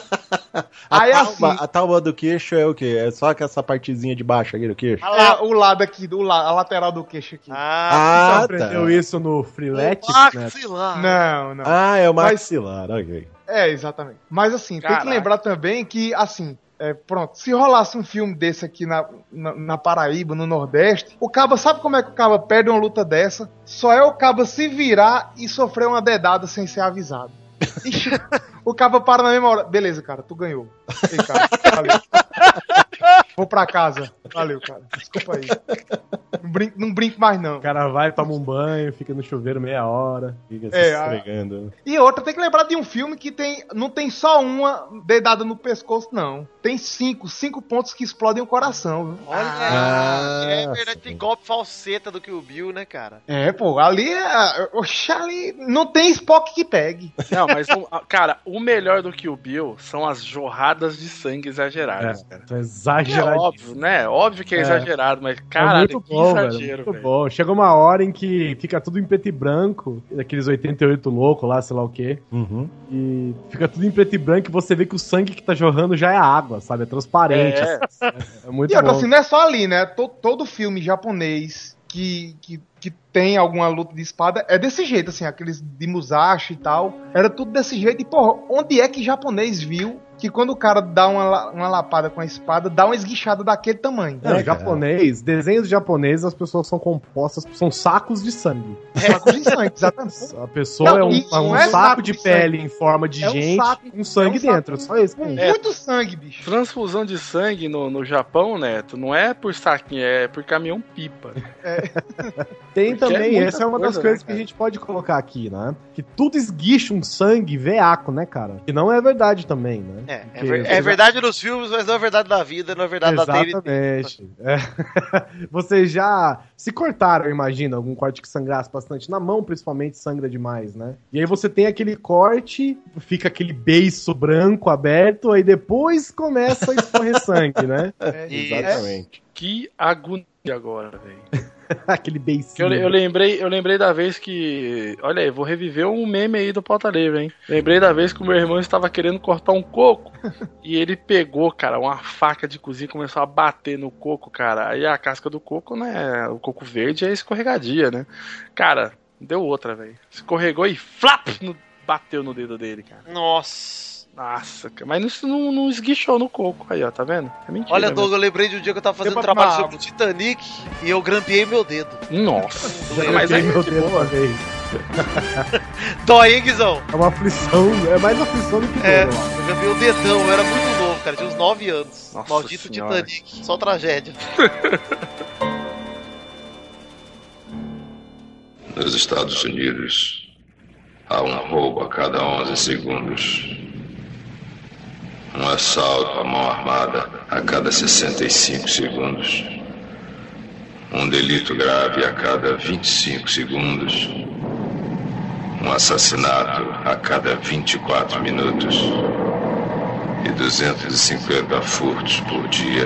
Aí a tábua do queixo é o quê? É só essa partezinha de baixo aqui do queixo? O lado aqui, a lateral do queixo aqui. Você aprendeu isso no Freeletics, né? Não. É o maxilar, ok. Exatamente. Mas assim, tem que lembrar também que, assim, pronto, se rolasse um filme desse aqui na Paraíba, no Nordeste, o caba, sabe como é que o caba perde uma luta dessa? Só é o caba se virar e sofrer uma dedada sem ser avisado. Ixi, o caba para na mesma hora. Beleza, cara, tu ganhou. Ei, cara, valeu. Vou pra casa. Valeu, cara. Desculpa aí. Não brinco mais, não. O cara vai, toma um banho, fica no chuveiro meia hora, fica se esfregando. E outra, tem que lembrar de um filme que não tem só uma dedada no pescoço, não. Tem cinco pontos que explodem o coração, viu? Olha, é verdade, tem golpe falseta do Kill Bill, né, cara? Ali não tem Spock que pegue. Não, mas, cara, o melhor do Kill Bill são as jorradas de sangue exageradas, cara. Exagerado. É óbvio, né? Óbvio que é exagerado, mas, caralho, muito bom, que exagero, velho. Muito bom. Chega uma hora em que fica tudo em preto e branco, daqueles 88 loucos lá, sei lá o quê. Uhum. E fica tudo em preto e branco e você vê que o sangue que tá jorrando já é água, sabe? É transparente. É muito bom. Assim, não é só ali, né? Todo filme japonês que tem alguma luta de espada é desse jeito, assim, aqueles de Musashi e tal. Era tudo desse jeito. E, porra, onde é que japonês viu que quando o cara dá uma lapada com a espada, dá uma esguichada daquele tamanho? Japonês, desenhos japoneses, as pessoas são compostas, são sacos de sangue. Sacos de sangue, exatamente. A pessoa é um saco de pele em forma de gente, com sangue dentro. Só isso. Muito sangue, bicho. Transfusão de sangue no Japão, Neto, não é por saquinho, é por caminhão-pipa. Tem também, essa é uma das coisas que a gente pode colocar aqui, né? Que tudo esguicha um sangue veaco, né, cara? Que não é verdade também, né? É verdade nos filmes, mas não é verdade da vida, não é verdade da TNT. Exatamente. Vocês já se cortaram, imagina, algum corte que sangrasse bastante na mão, principalmente sangra demais, né? E aí você tem aquele corte, fica aquele beiço branco aberto, aí depois começa a escorrer sangue, né? Exatamente. Que agonia agora, velho. Aquele beicinho. Eu lembrei da vez que... Olha aí, vou reviver um meme aí do Pauta Livre, hein? Lembrei da vez que o meu irmão estava querendo cortar um coco e ele pegou, cara, uma faca de cozinha e começou a bater no coco, cara. Aí a casca do coco, né? O coco verde é escorregadia, né? Cara, deu outra, velho. Escorregou e flap! Bateu no dedo dele, cara. Nossa, mas isso não esguichou no coco. Aí, ó, tá vendo? É mentira. Olha, Doug, eu lembrei de um dia que eu tava fazendo um trabalho sobre o Titanic e eu grampeei meu dedo. Nossa, mas é meu dedo uma vez. Dói, hein, Guizão? É uma aflição, é mais aflição do que dor. Eu grampeei o dedão, eu era muito novo, cara, tinha uns 9 anos. Nossa Maldito senhora. Titanic, só tragédia. Nos Estados Unidos, há um roubo a cada 11 segundos. Um assalto à mão armada a cada 65 segundos. Um delito grave a cada 25 segundos. Um assassinato a cada 24 minutos. E 250 furtos por dia.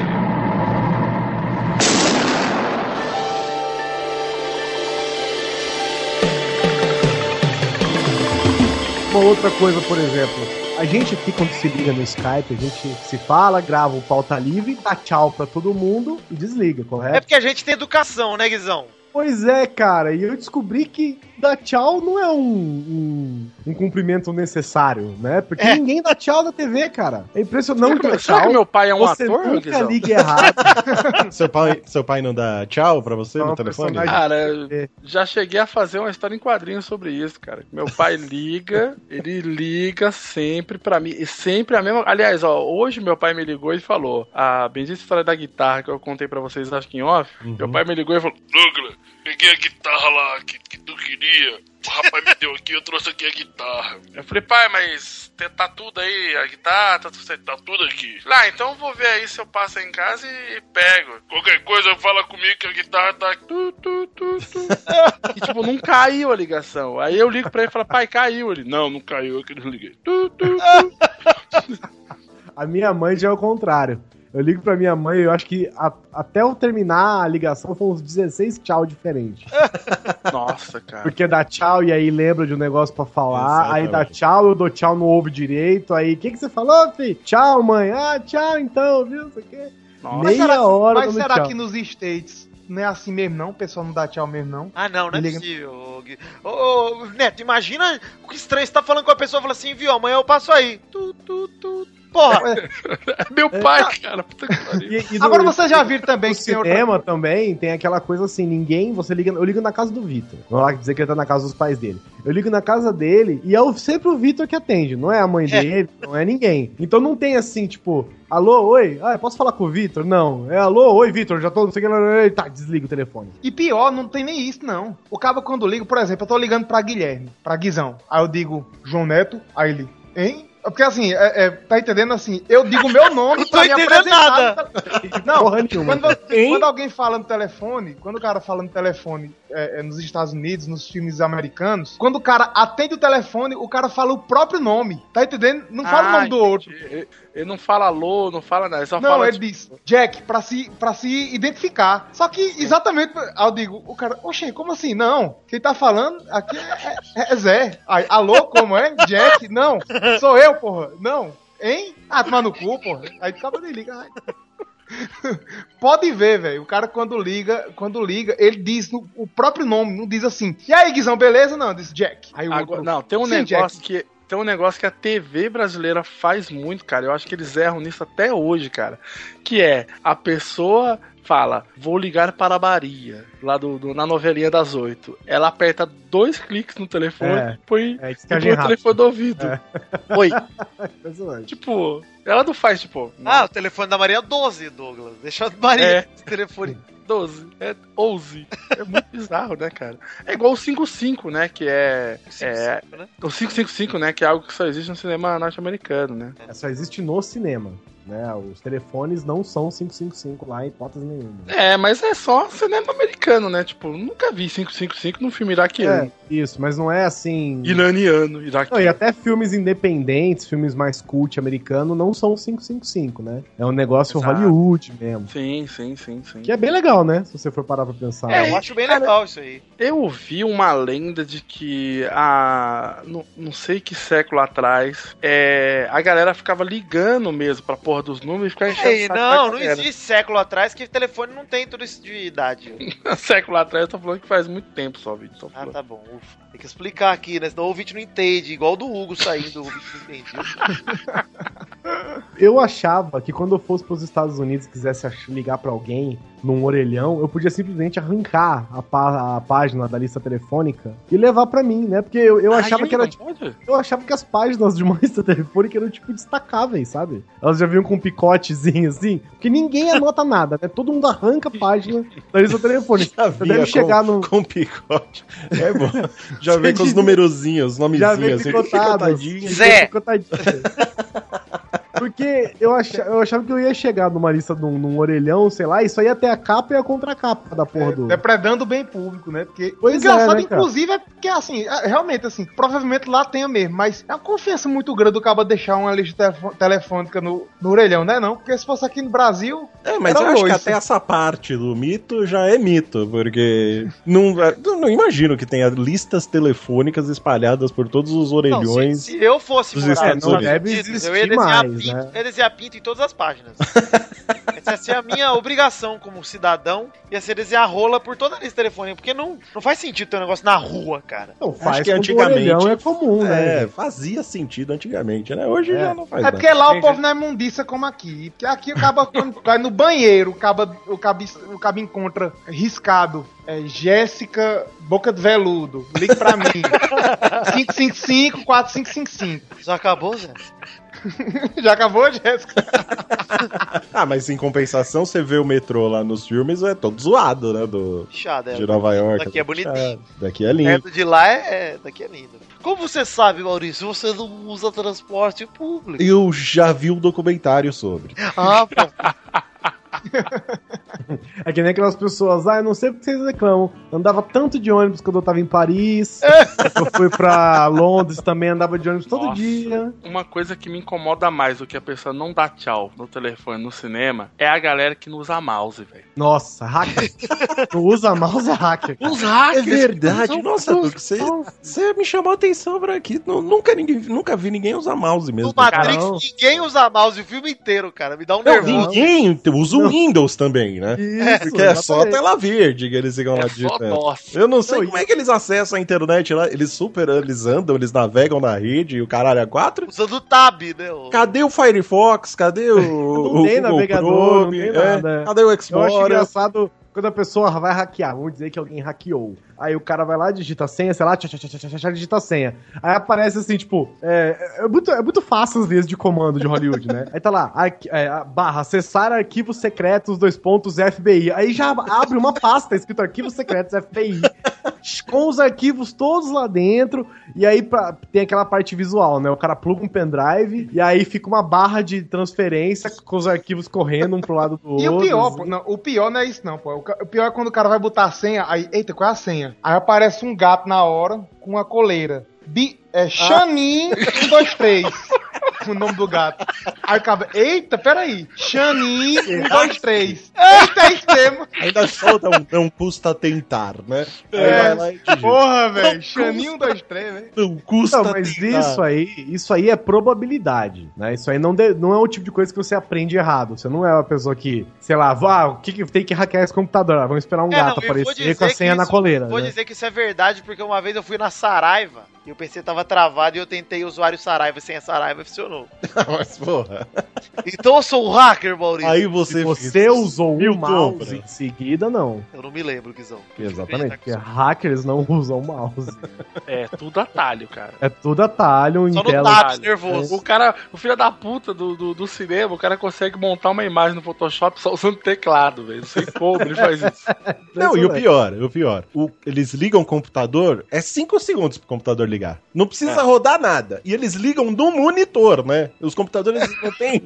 Uma outra coisa, por exemplo, a gente aqui quando se liga no Skype, a gente se fala, grava o Pauta Livre, dá tchau pra todo mundo e desliga, correto? É porque a gente tem educação, né, Guizão? Pois é, cara, e eu descobri que dar tchau não é um cumprimento necessário, né? Porque ninguém dá tchau na TV, cara. É impressionante. Será que meu pai é um você ator? Nunca liga errado. Seu pai não dá tchau pra você no telefone? Cara, eu já cheguei a fazer uma história em quadrinhos sobre isso, cara. Meu pai liga, ele liga sempre pra mim. E sempre a mesma. Aliás, ó, hoje meu pai me ligou e falou: a bendita história da guitarra que eu contei pra vocês, acho que em off. Meu pai me ligou e falou: Douglas, peguei a guitarra lá que tu queria. O rapaz me deu aqui, eu trouxe aqui a guitarra. Eu falei: pai, mas tá tudo aí, a guitarra, tá tudo aqui. Lá, então eu vou ver aí se eu passo aí em casa e pego. Qualquer coisa, fala comigo que a guitarra tá... E tipo, não caiu a ligação. Aí eu ligo pra ele e falo: pai, caiu. Ele: não caiu, eu que desliguei. A minha mãe já é o contrário. Eu ligo pra minha mãe, eu acho que até eu terminar a ligação foram uns 16 tchau diferentes. Nossa, cara. Porque dá tchau e aí lembra de um negócio pra falar, Exatamente. aí dá tchau, eu dou tchau, não ouve direito, aí o que você falou, filho? Tchau, mãe. Ah, tchau então, viu? Isso aqui. Meia hora Mas será tchau. que nos States não é assim mesmo, não? O pessoal não dá tchau mesmo, não? Ah, não é possível. Ô, Neto, imagina o que estranho você tá falando com a pessoa e fala assim, viu, amanhã eu passo aí. Porra! Meu pai, cara, puta que pariu. Agora você já viu também no cinema também tem aquela coisa assim, eu ligo na casa do Vitor. Vamos lá dizer que ele tá na casa dos pais dele. Eu ligo na casa dele e é sempre o Vitor que atende, não é a mãe dele, não é ninguém. Então não tem assim, tipo, alô, oi, posso falar com o Vitor? Não. É alô, oi, Vitor, já tô, não sei o que, tá, desliga o telefone. E pior, não tem nem isso, não. O cabo quando liga, por exemplo, eu tô ligando pra Guilherme, pra Guizão. Aí eu digo, João Neto, aí ele, hein? Porque assim, tá entendendo assim? Eu digo meu nome pra me apresentar. Não, quando alguém fala no telefone, quando o cara fala no telefone nos Estados Unidos, nos filmes americanos, quando o cara atende o telefone, o cara fala o próprio nome. Tá entendendo? Não fala o nome do outro. Ele não fala alô, não fala nada. Ele só não, fala. Ele diz Jack, pra se identificar. Só que exatamente, eu digo, o cara, oxe, como assim? Não, quem tá falando aqui é Zé. Aí, alô, como é? Jack? Não, sou eu, porra. Não, hein? Ah, toma no cu, porra. Aí acaba de ligar. Pode ver, velho. O cara quando liga, ele diz o próprio nome, não diz assim. E aí, Guizão, beleza? Não, diz Jack. Aí o outro, não, tem um negócio que tem um negócio que a TV brasileira faz muito, cara. Eu acho que eles erram nisso até hoje, cara. Que é a pessoa fala, vou ligar para a Maria, lá na novelinha das 8. Ela aperta 2 cliques no telefone, põe o telefone do ouvido. Oi. Tipo, ela não faz, tipo... Ah, o telefone da Maria é 12, Douglas. Deixa a Maria esse telefone... 12, é 11. É muito bizarro, né, cara? É igual o 55, né, que né? O 555, né, que é algo que só existe no cinema norte-americano, né? Só existe no cinema. Né, os telefones não são 555 lá em hipótese nenhuma. Mas é só cinema americano, né? Tipo, nunca vi 555 num filme iraquiano. Isso, mas não é assim... Iraniano, iraquiano. Não, e até filmes independentes, filmes mais cult americano, não são 555, né? É um negócio Hollywood mesmo. Sim. Que é bem legal, né? Se você for parar pra pensar. Eu acho bem legal isso aí. Eu ouvi uma lenda de que não sei que século atrás, a galera ficava ligando mesmo pra porra dos números e ficava enchendo. Não existe século atrás que telefone não tem tudo isso de idade. Século atrás eu tô falando que faz muito tempo só, Vitor. Tá bom, ufa. Tem que explicar aqui, né? Senão o ouvinte não entende, igual do Hugo saindo, o ouvinte não entende. Eu achava que quando eu fosse pros Estados Unidos e quisesse ligar pra alguém num orelhão, eu podia simplesmente arrancar a página da lista telefônica e levar pra mim, né? Porque eu achava que era eu achava que as páginas de uma lista telefônica eram tipo destacáveis, sabe? Elas já vinham com um picotezinho assim, porque ninguém anota nada, né? Todo mundo arranca a página da lista telefônica. Você deve chegar com picote. É bom. Já vem com os numerozinhos, os nomezinhos. Já vem picotadinho. Zé! Porque eu achava que eu ia chegar numa lista num orelhão, sei lá, e só ia ter a capa e a contracapa da porra do... Depredando o bem público, né? Porque pois engraçado, né, inclusive, é porque, assim, realmente, assim, provavelmente lá tenha mesmo, mas é uma confiança muito grande do cara deixar uma lista telefônica no orelhão, né? Não? Porque se fosse aqui no Brasil... mas eu acho que até essa parte do mito já é mito, porque não imagino que tenha listas telefônicas espalhadas por todos os orelhões. Se eu fosse dos Estados Unidos, eu ia desenhar pinto em todas as páginas. Essa ia ser a minha obrigação como cidadão, ia ser desenhar rola por toda a lista telefônica, porque não faz sentido ter um negócio na rua, cara. Não, faz. Acho que antigamente é comum, né? Fazia sentido antigamente, né? Hoje já não faz. É porque lá o povo não é mundiça como aqui. Porque aqui o cabo vai no banheiro, o cabo encontra riscado. Jéssica Boca de Veludo, ligue pra mim. 555-4555. Já acabou, Zé? Já acabou, Jéssica? Mas em compensação, você vê o metrô lá nos filmes, é todo zoado, né? De Nova York. Daqui é bonitinho. Daqui é lindo. Perto de lá daqui é lindo. Como você sabe, Maurício, você não usa transporte público? Eu já vi um documentário sobre. Pô. É que nem aquelas pessoas, eu não sei porque vocês reclamam. Eu andava tanto de ônibus quando eu tava em Paris. Eu fui pra Londres também, andava de ônibus todo dia. Uma coisa que me incomoda mais do que a pessoa não dar tchau no telefone no cinema é a galera que não usa mouse, velho. Nossa, hacker. Não usa mouse, é hacker. Os hackers. É verdade. Nossa, você me chamou a atenção pra aqui. Nunca vi ninguém usar mouse mesmo. No Matrix, ninguém usa mouse o filme inteiro, cara. Me dá um nervoso. Ninguém usa o Windows também, né? Isso, porque é só tela verde que eles ficam lá digitando. Eu não sei como é que eles acessam a internet lá. Eles andam, eles navegam na rede e o caralho é 4. Usando o Tab, né? Cadê o Firefox? Cadê o não tem navegador, não tem nada. Cadê o Explorer? Eu acho engraçado quando a pessoa vai hackear. Vamos dizer que alguém hackeou. Aí o cara vai lá, digita a senha, sei lá, digita a senha. Aí aparece assim, tipo, é muito fácil as linhas de comando de Hollywood, né? Aí tá lá, acessar arquivos secretos, FBI. Aí já abre uma pasta escrito arquivos secretos FBI, com os arquivos todos lá dentro, e aí tem aquela parte visual, né? O cara pluga um pendrive, e aí fica uma barra de transferência com os arquivos correndo um pro lado do outro. E o pior, pô, não, o pior não é isso não, pô. O pior é quando o cara vai botar a senha, aí, eita, qual é a senha? Aí aparece um gato na hora com uma coleira. Xanin 123. O nome do gato. Aí o cara, eita, peraí. Xanin 123. Eita, é isso mesmo. Ainda solta não custa tentar, né? Porra, velho. Xanin 123, velho. Não custa mas tentar. Isso aí é probabilidade, né? Isso aí não é o tipo de coisa que você aprende errado. Você não é uma pessoa que, sei lá, o que tem que hackear esse computador? Vamos esperar um gato aparecer com a senha na coleira. Vou dizer que isso é verdade, porque uma vez eu fui na Saraiva e o PC tava travado e eu tentei o usuário Saraiva sem a Saraiva funcionou. Mas, porra. Então eu sou um hacker, Maurício. Aí você usou um mouse em seguida, não. Eu não me lembro, Guizão. Exatamente, porque hackers não usam mouse. É tudo atalho, cara. É tudo atalho. Só no tab, nervoso. O filho da puta do cinema, o cara consegue montar uma imagem no Photoshop só usando teclado, velho. Não sei como ele faz isso. Não, e o pior. Eles ligam o computador, 5 segundos pro computador ligar. Não precisa rodar nada. E eles ligam no monitor, né? Os computadores não têm.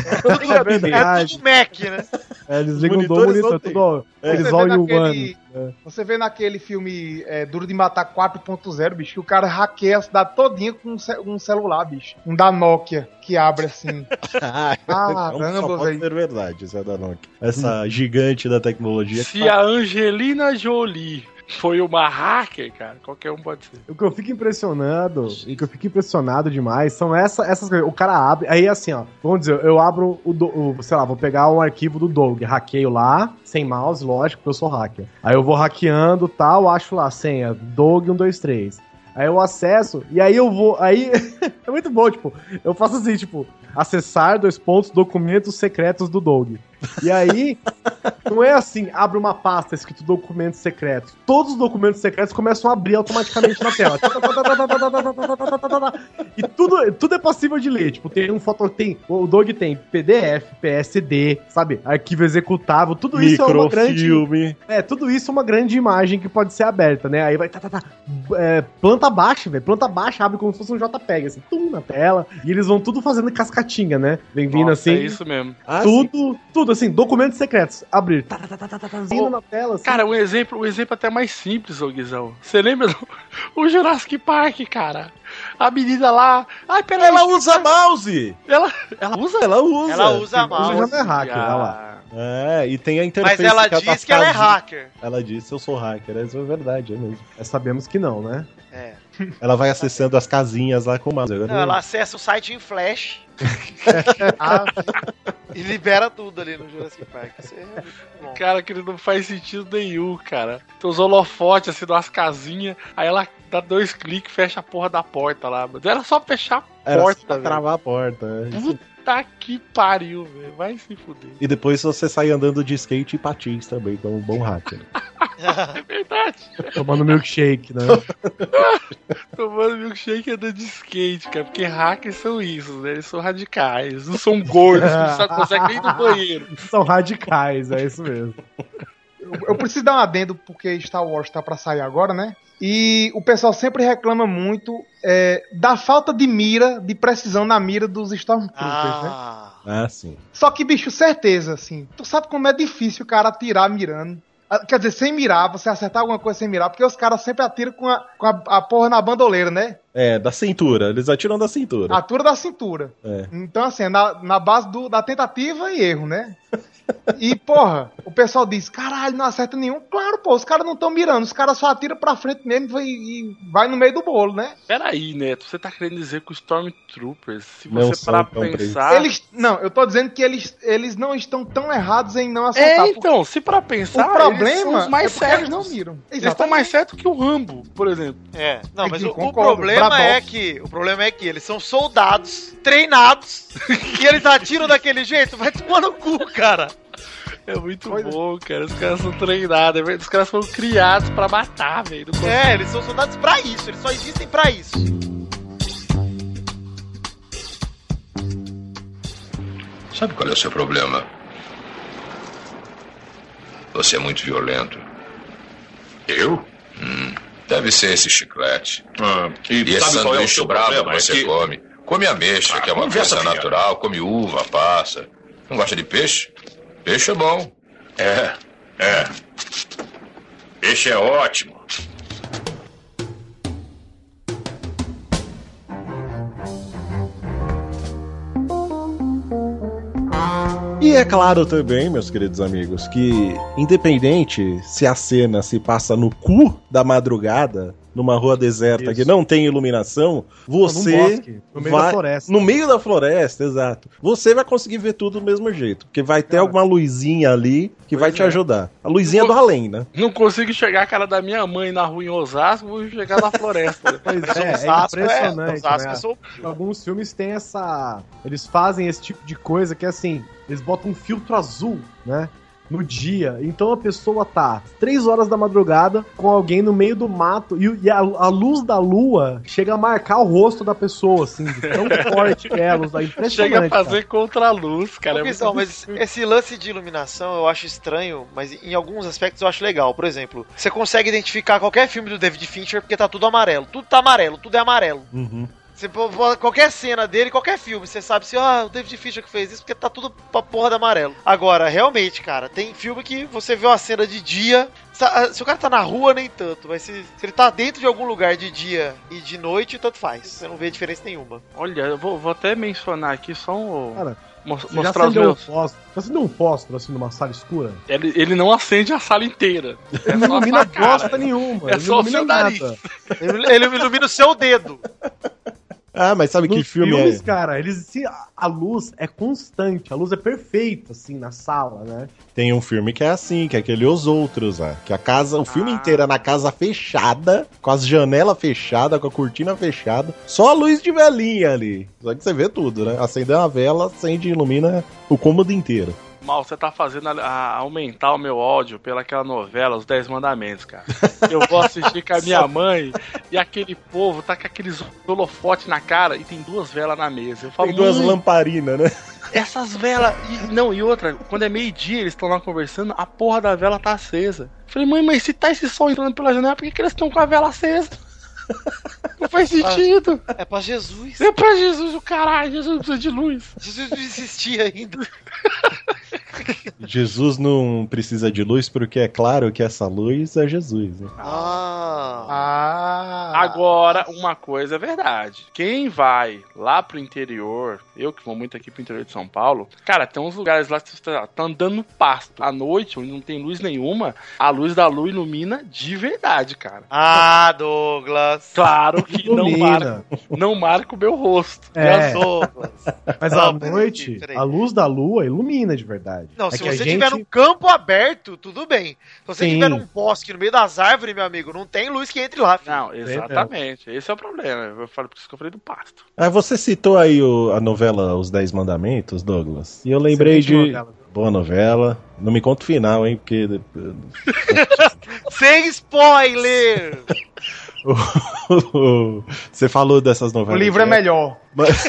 É tudo Mac, né? Eles ligam do monitor, tudo. Eles olham o ano. Você vê naquele filme Duro de Matar 4.0, bicho, que o cara hackeia a cidade todinha com um celular, bicho. Um da Nokia, que abre assim. Caramba, velho. É verdade, isso é da Nokia. Essa gigante da tecnologia. Se a Angelina Jolie foi uma hacker, cara, qualquer um pode ser. O que eu fico impressionado demais são essas coisas. O cara abre, aí assim, ó, vamos dizer, eu abro sei lá, vou pegar um arquivo do Doug, hackeio lá, sem mouse, lógico, porque eu sou hacker. Aí eu vou hackeando, tal, acho lá a senha, Doug 123. Aí eu acesso, e aí eu vou, aí é muito bom, tipo, eu faço assim, tipo, acessar documentos secretos do Doug. E aí, não é assim, abre uma pasta escrito documentos secretos. Todos os documentos secretos começam a abrir automaticamente na tela. E tudo é possível de ler. Tipo, o Doug tem PDF, PSD, sabe? Arquivo executável, tudo isso é uma grande... tudo isso é uma grande imagem que pode ser aberta, né? Aí vai, planta baixa, velho. Planta baixa abre como se fosse um JPEG, assim, na tela. E eles vão tudo fazendo cascatinha, né? Vem vindo assim. É isso mesmo. Tudo assim, documentos secretos. Abrir. Vindo na tela. Assim. Cara, um exemplo até mais simples, ô Guizão. Você lembra o Jurassic Park, cara? A menina lá. Ai, peraí. Ela usa mouse! Ela usa? Ela usa mouse. Já não é hacker, olha lá. E tem a interface. Mas ela diz que ela é hacker. Ela disse, eu sou hacker. Isso é verdade, é mesmo. Sabemos que não, né? Ela vai acessando as casinhas lá com o mouse. Ela acessa o site em flash. E libera tudo ali no Jurassic Park. Isso é muito bom. Cara, que ele não faz sentido nenhum, cara. Tem os holofotes, assim, de umas casinhas, aí ela dá 2 cliques e fecha a porra da porta lá. Mas era só fechar a porta, pra travar a porta. Puta que pariu, velho. Vai se fuder. E depois você sai andando de skate e patins também, como um bom hacker. É verdade. Tomando milkshake, né? Tomando milkshake e andando de skate, cara. Porque hackers são isso, né? Eles são radicais. Não são gordos, não só conseguem nem ir no banheiro. São radicais, é isso mesmo. Eu preciso dar um adendo porque Star Wars tá pra sair agora, né? E o pessoal sempre reclama muito da falta de mira, de precisão na mira dos Stormtroopers, né? Ah, sim. Só que, bicho, certeza, assim, tu sabe como é difícil o cara atirar mirando. Quer dizer, sem mirar, você acertar alguma coisa sem mirar, porque os caras sempre atiram com a porra na bandoleira, né? Da cintura, eles atiram da cintura. A altura da cintura. Então, assim, é na base da tentativa e erro, né? E, porra, o pessoal diz, caralho, não acerta nenhum. Claro, pô, os caras não estão mirando, os caras só atiram pra frente mesmo e vai no meio do bolo, né? Peraí, Neto, você tá querendo dizer que os Stormtroopers, se não você parar pra pensar... eu tô dizendo que eles não estão tão errados em não acertar. Então, se pra pensar, o problema eles são os mais certos. Eles não miram. Eles estão mais certos que o Rambo, por exemplo. Não, mas o problema é que eles são soldados, treinados, e eles atiram daquele jeito, vai tomar no cu, cara. É muito bom, cara. Os caras são treinados, os caras foram criados pra matar, velho. Eles são soldados pra isso, eles só existem pra isso. Sabe qual é o seu problema? Você é muito violento. Eu? Deve ser esse chiclete. E esse sabe qual é o sanduíche seu bravo que problema? você come. Come ameixa, que é uma coisa natural. Come uva, passa. Não gosta de peixe? Peixe é bom. Peixe é ótimo. E é claro também, meus queridos amigos, que independente se a cena se passa no cu da madrugada, numa rua deserta que não tem iluminação, você bosque, no meio da floresta. No meio da floresta, exato. Você vai conseguir ver tudo do mesmo jeito, porque vai ter alguma luzinha ali que vai te ajudar. A luzinha do além, né? Não consigo enxergar a cara da minha mãe na rua em Osasco, vou chegar na floresta. Pois é impressionante, né? Alguns filmes têm essa... Eles fazem esse tipo de coisa que é assim, eles botam um filtro azul, né? No dia, então a pessoa tá 3 horas da madrugada com alguém no meio do mato e a luz da lua chega a marcar o rosto da pessoa, assim, de tão forte que é a luz da impressionante. Chega a fazer contra a luz, cara. Mas esse lance de iluminação eu acho estranho, mas em alguns aspectos eu acho legal. Por exemplo, você consegue identificar qualquer filme do David Fincher porque tá tudo amarelo. Tudo tá amarelo, tudo é amarelo. Você, qualquer cena dele, qualquer filme, você sabe se o David Fincher que fez isso porque tá tudo pra porra de amarelo. Agora, realmente, cara, tem filme que você vê uma cena de dia, se o cara tá na rua, nem tanto, mas se ele tá dentro de algum lugar de dia e de noite, tanto faz. Você não vê diferença nenhuma. Olha, eu vou até mencionar aqui só um... Cara, mostrar os meus... Já acendeu um fósforo assim numa sala escura? Ele não acende a sala inteira. Ele não ilumina bosta nenhuma. É só o seu nariz. Ele ilumina o seu dedo. Ah, mas sabe que filme filmes, cara, a luz é constante, a luz é perfeita, assim, na sala, né? Tem um filme que é assim, que é aquele Os Outros, que a casa, o filme inteiro é na casa fechada, com as janelas fechadas, com a cortina fechada, só a luz de velinha ali. Só que você vê tudo, né? Acender uma vela, acende e ilumina o cômodo inteiro. Mal, você tá fazendo aumentar o meu ódio pelaquela novela, Os 10 Mandamentos, cara. Eu vou assistir com a minha mãe e aquele povo tá com aqueles holofotes na cara e tem 2 velas na mesa. Eu falo, tem 2 lamparinas, né? Essas velas... E outra, quando é meio-dia eles estão lá conversando, a porra da vela tá acesa. Eu falei, mãe, mas se tá esse sol entrando pela janela, por que eles estão com a vela acesa? Não faz sentido. É pra Jesus. É pra Jesus, o caralho. Jesus precisa de luz. Jesus não existia ainda. Jesus não precisa de luz porque é claro que essa luz é Jesus. Né? Agora, uma coisa é verdade. Quem vai lá pro interior, eu que vou muito aqui pro interior de São Paulo, cara, tem uns lugares lá que você tá andando no pasto. À noite, onde não tem luz nenhuma, a luz da lua ilumina de verdade, cara. Ah, Douglas. Claro que não marca o meu rosto. Douglas. Mas à noite, a luz da lua ilumina de verdade. Não, se você estiver num campo aberto, tudo bem. Se você estiver num bosque, no meio das árvores, meu amigo, não tem luz que entre lá. Filho. Não, exatamente. Esse é o problema. Eu falo por isso que eu falei do pasto. Você citou aí a novela Os 10 Mandamentos, Douglas. E eu lembrei de... Novela. Boa novela. Não me conta o final, hein, porque... Sem spoiler! Você falou dessas novelas. O livro é melhor.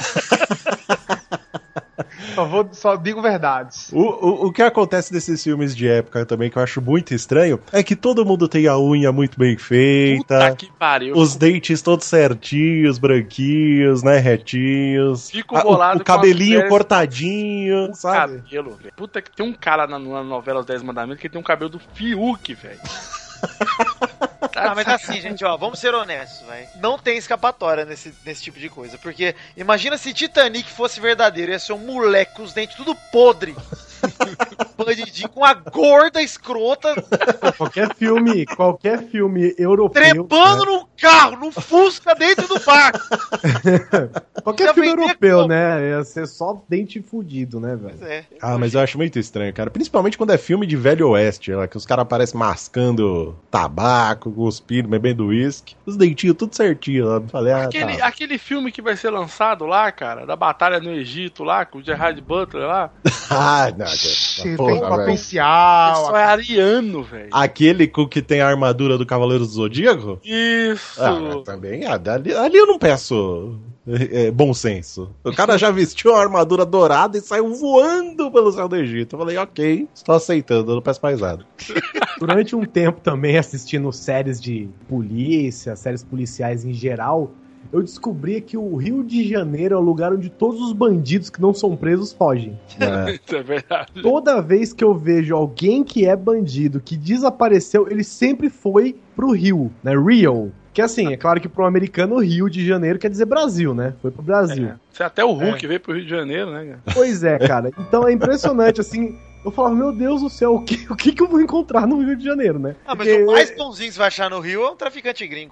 Só digo verdades. O que acontece nesses filmes de época também, que eu acho muito estranho, é que todo mundo tem a unha muito bem feita. Puta que pariu. Os dentes todos certinhos, branquinhos, né, retinhos. Fico bolado o cabelinho cortadinho, sabe? Cabelo, velho. Puta que tem um cara na novela Os 10 Mandamentos que tem um cabelo do Fiuk, velho. Ah, mas assim, gente, ó, vamos ser honestos, velho. Não tem escapatória nesse tipo de coisa. Porque imagina se Titanic fosse verdadeiro, ia ser um moleque com os dentes tudo podre. Bandidinho com a gorda escrota. Qualquer filme europeu. Trepando no carro, no Fusca dentro do barco. Qualquer filme europeu, né? Ia ser só dente fudido, né, velho? Mas eu acho muito estranho, cara. Principalmente quando é filme de Velho Oeste, lá, que os caras aparecem mascando tabaco, cuspindo, bebendo uísque. Os dentinhos tudo certinho lá. Falei, aquele filme que vai ser lançado lá, cara, da Batalha no Egito lá, com o Gerard Butler lá. Não. Tem potencial. Só é ariano, velho. Aquele que tem a armadura do Cavaleiro do Zodíaco? Isso. Também. Ali eu não peço bom senso. O cara já vestiu uma armadura dourada e saiu voando pelo céu do Egito. Eu falei, ok, estou aceitando, eu não peço mais nada. Durante um tempo também assistindo séries de polícia, séries policiais em geral, eu descobri que o Rio de Janeiro é o lugar onde todos os bandidos que não são presos fogem. Isso é verdade. Toda vez que eu vejo alguém que é bandido, que desapareceu, ele sempre foi pro Rio, né? Rio. Que assim, é claro que pro americano Rio de Janeiro quer dizer Brasil, né? Foi pro Brasil. Até o Hulk veio pro Rio de Janeiro, né, cara? Pois é, cara. Então é impressionante, assim... Eu falava, meu Deus do céu, o que eu vou encontrar no Rio de Janeiro, né? Ah, mas o mais bonzinho que você vai achar no Rio é um traficante gringo.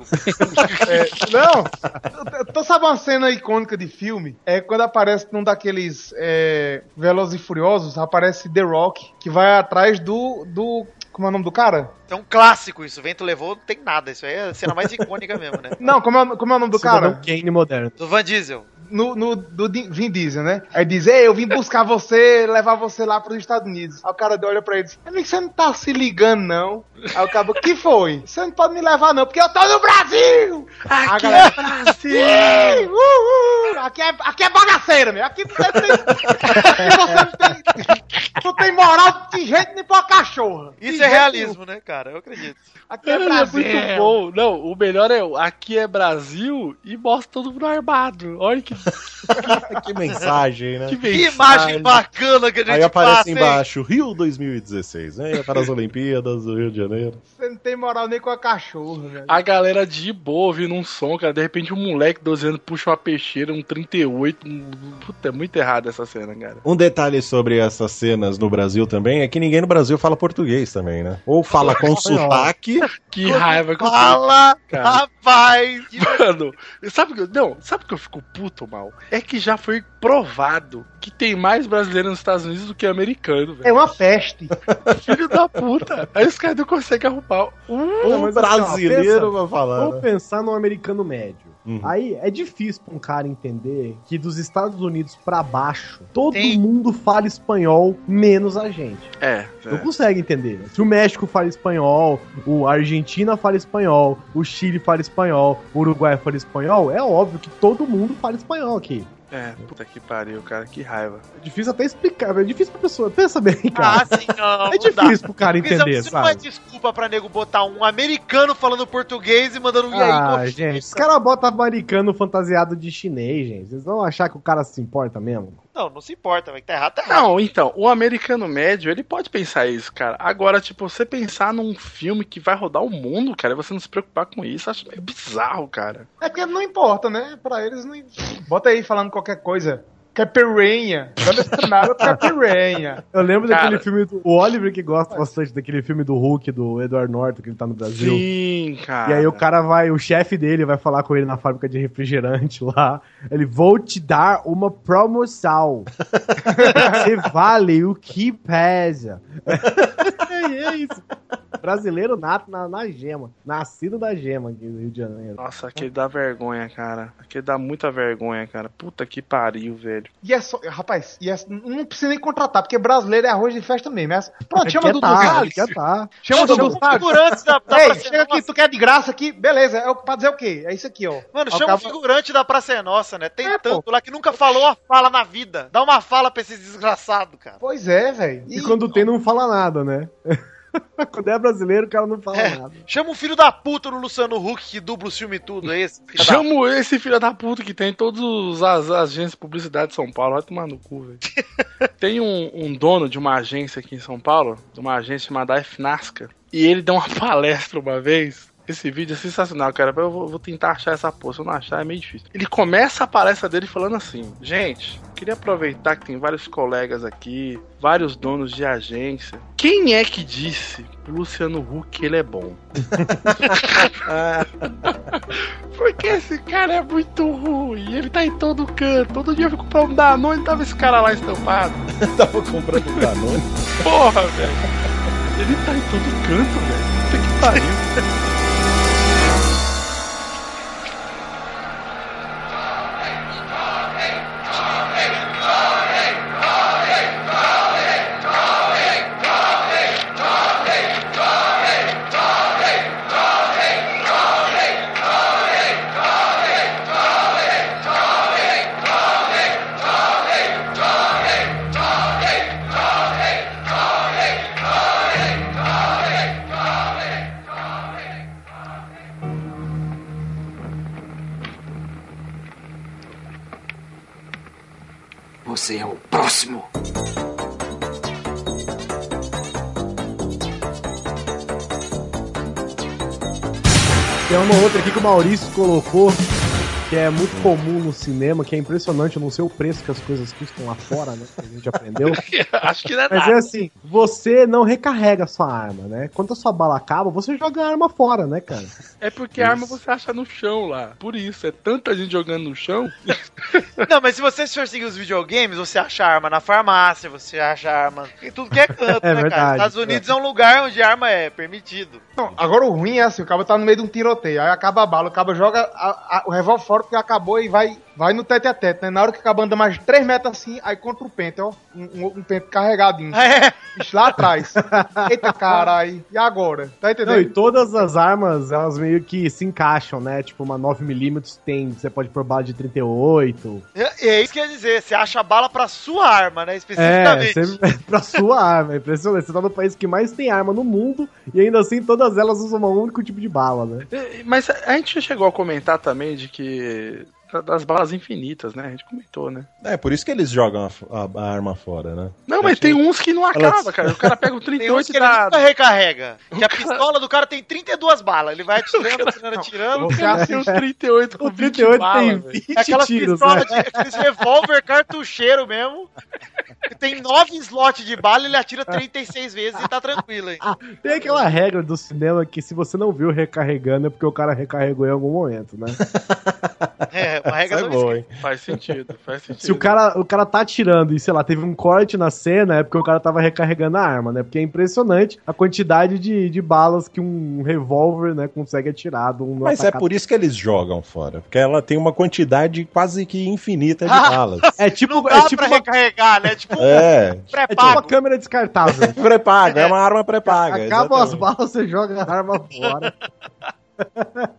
Tu sabe uma cena icônica de filme? É quando aparece num daqueles Velozes e Furiosos, aparece The Rock, que vai atrás do... Como é o nome do cara? É um clássico isso. O vento levou, não tem nada. Isso aí é a cena mais icônica mesmo, né? Não, como é o nome do cara? Kane moderno. Do Van Diesel. Do Vin Diesel, né? Aí diz, eu vim buscar você, levar você lá pros Estados Unidos. Aí o cara olha pra ele e diz, você não tá se ligando, não. Aí o cara, que foi? Você não pode me levar, não, porque eu tô no Brasil! Aqui é Brasil! Aqui é bagaceira, meu. Aqui você não tem moral de jeito nem pra cachorra. Isso é realismo, né, cara? Eu acredito. Aqui é Brasil. É muito bom. Não, o melhor é aqui é Brasil e mostra todo mundo armado. Olha que mensagem, né? Que imagem bacana que a gente aí aparece passa, embaixo, Rio 2016, né? Para as Olimpíadas do Rio de Janeiro. Você não tem moral nem com a cachorra, velho. A galera de boa ouvindo um som, cara. De repente um moleque 12 anos puxa uma peixeira, um 38. Puta, é muito errado essa cena, cara. Um detalhe sobre essas cenas no Brasil também é que ninguém no Brasil fala português também, né? Ou fala com sotaque. Que raiva que eu fala, rapaz! Mano, sabe que eu fico puto, mal? É que já foi provado que tem mais brasileiro nos Estados Unidos do que americano, velho. É uma peste. Filho da puta. Aí os caras não conseguem arrumar um brasileiro pra falar. Vamos pensar no americano médio. Aí é difícil pra um cara entender que dos Estados Unidos pra baixo, todo mundo fala espanhol, menos a gente. Não consegue entender. Se o México fala espanhol, o Argentina fala espanhol, o Chile fala espanhol, o Uruguai fala espanhol, é óbvio que todo mundo fala espanhol aqui. Puta que pariu, cara, que raiva. É difícil até explicar, é difícil pra pessoa. Pensa bem, cara. Sim, não. É difícil pro cara entender, isso sabe? não é desculpa pra nego botar um americano falando português e mandando um gente, os caras botam americano fantasiado de chinês, gente. Vocês vão achar que o cara se importa mesmo? Não se importa, vai que tá errado, tá errado. Não, então, o americano médio, ele pode pensar isso, cara. Agora, tipo, você pensar num filme que vai rodar o mundo, cara, e você não se preocupar com isso, acho meio bizarro, cara. É porque não importa, né? Pra eles não. Bota aí falando qualquer coisa. Que é piranha. Nada que é piranha. Eu lembro daquele filme do... O Oliver que gosta bastante daquele filme do Hulk, do Edward Norton, que ele tá no Brasil. Sim, cara. E aí o cara vai... O chefe dele vai falar com ele na fábrica de refrigerante lá. Ele, vou te dar uma promoção. Você vale o que pesa. É isso. Brasileiro nato na gema. Nascido da gema aqui do Rio de Janeiro. Nossa, aquele dá vergonha, cara. Aquele dá muita vergonha, cara. Puta que pariu, velho. E é só... Rapaz, não precisa nem contratar, porque brasileiro é arroz de festa mesmo. Pronto, chama Dudu Salles. Chama o Dudu Salles. Figurantes da Ei, chega aqui, tu quer de graça aqui? Beleza, é pra dizer o quê? É isso aqui, ó. Mano, chama o figurante da Praça é Nossa, né? Tem tanto lá que nunca falou a fala na vida. Dá uma fala pra esses desgraçados, cara. Pois é, velho. E quando tem, não fala nada, né? Quando é brasileiro, o cara não fala nada. Chama um filho da puta no Luciano Huck que dubla os filmes e tudo, é esse? Chama esse filho da puta que tem todas as agências de publicidade de São Paulo. Vai tomar no cu, velho. Tem um dono de uma agência aqui em São Paulo, de uma agência chamada FNASCA, e ele deu uma palestra uma vez. Esse vídeo é sensacional, cara. Eu vou tentar achar essa porra. Se eu não achar, é meio difícil. Ele começa a palestra dele falando assim: gente, queria aproveitar que tem vários colegas aqui, vários donos de agência. Quem é que disse pro Luciano Huck que ele é bom? Porque esse cara é muito ruim. Ele tá em todo canto. Todo dia eu fico comprando Danone e tava esse cara lá estampado. Tava comprando Danone. Porra, velho. Ele tá em todo canto, velho. Puta que pariu. Você é o próximo. Tem uma outra aqui que o Maurício colocou, que é muito comum no cinema, que é impressionante, eu não sei o preço que as coisas custam lá fora, né? Que a gente aprendeu. Acho que não é Mas nada. é assim, você não recarrega a sua arma, né? Quando a sua bala acaba, você joga a arma fora, né, cara? É porque a arma você acha no chão lá. Por isso, é tanta gente jogando no chão. Não, mas se você for seguir os videogames, você acha arma na farmácia, você acha arma em tudo que é canto, né, verdade, cara? Estados Unidos é um lugar onde arma é permitido. Não, agora o ruim é assim, o cara tá no meio de um tiroteio, aí acaba a bala, o cara joga o revólver fora porque acabou e vai no tete a tete, né? Na hora que o cara anda mais de 3 metros assim, aí contra o pente, ó, um pente carregadinho. Bicho, lá atrás. Eita, caralho. E agora? Tá entendendo? Não, e todas as armas, elas meio que se encaixam, né? Tipo, uma 9mm tem, você pode pôr bala de 38. É isso que quer dizer, você acha a bala pra sua arma, né? Especificamente. É, pra sua arma, é impressionante. Você tá no país que mais tem arma no mundo e ainda assim todas elas usam um único tipo de bala, né? Mas a gente já chegou a comentar também de que... das balas infinitas, né? A gente comentou, né? É, por isso que eles jogam a arma fora, né? Não, mas tem uns que não acaba, cara. O cara pega o 38 tem uns que e ele dá... nunca recarrega. Que a pistola do cara tem 32 balas. Ele vai atirando. O cara tem os 38 com 20 balas, tem 20 aquelas tiros, pistolas, né? aqueles revólver cartucheiro mesmo. Que tem 9 slots de bala e ele atira 36 vezes e tá tranquilo, hein? Tem aquela regra do cinema que se você não viu recarregando é porque o cara recarregou em algum momento, né? É, uma regra é boa, hein? Faz sentido, faz sentido. Se o cara tá atirando e, sei lá, teve um corte na cena, é porque o cara tava recarregando a arma, né? Porque é impressionante a quantidade de balas que um revólver, né, consegue atirar. Mas é por isso que eles jogam fora, porque ela tem uma quantidade quase que infinita de balas. É tipo, Não dá pra recarregar, né? Tipo, É tipo uma câmera descartável. Pré-paga, é uma arma pré-paga. Acabam as balas, você joga a arma fora.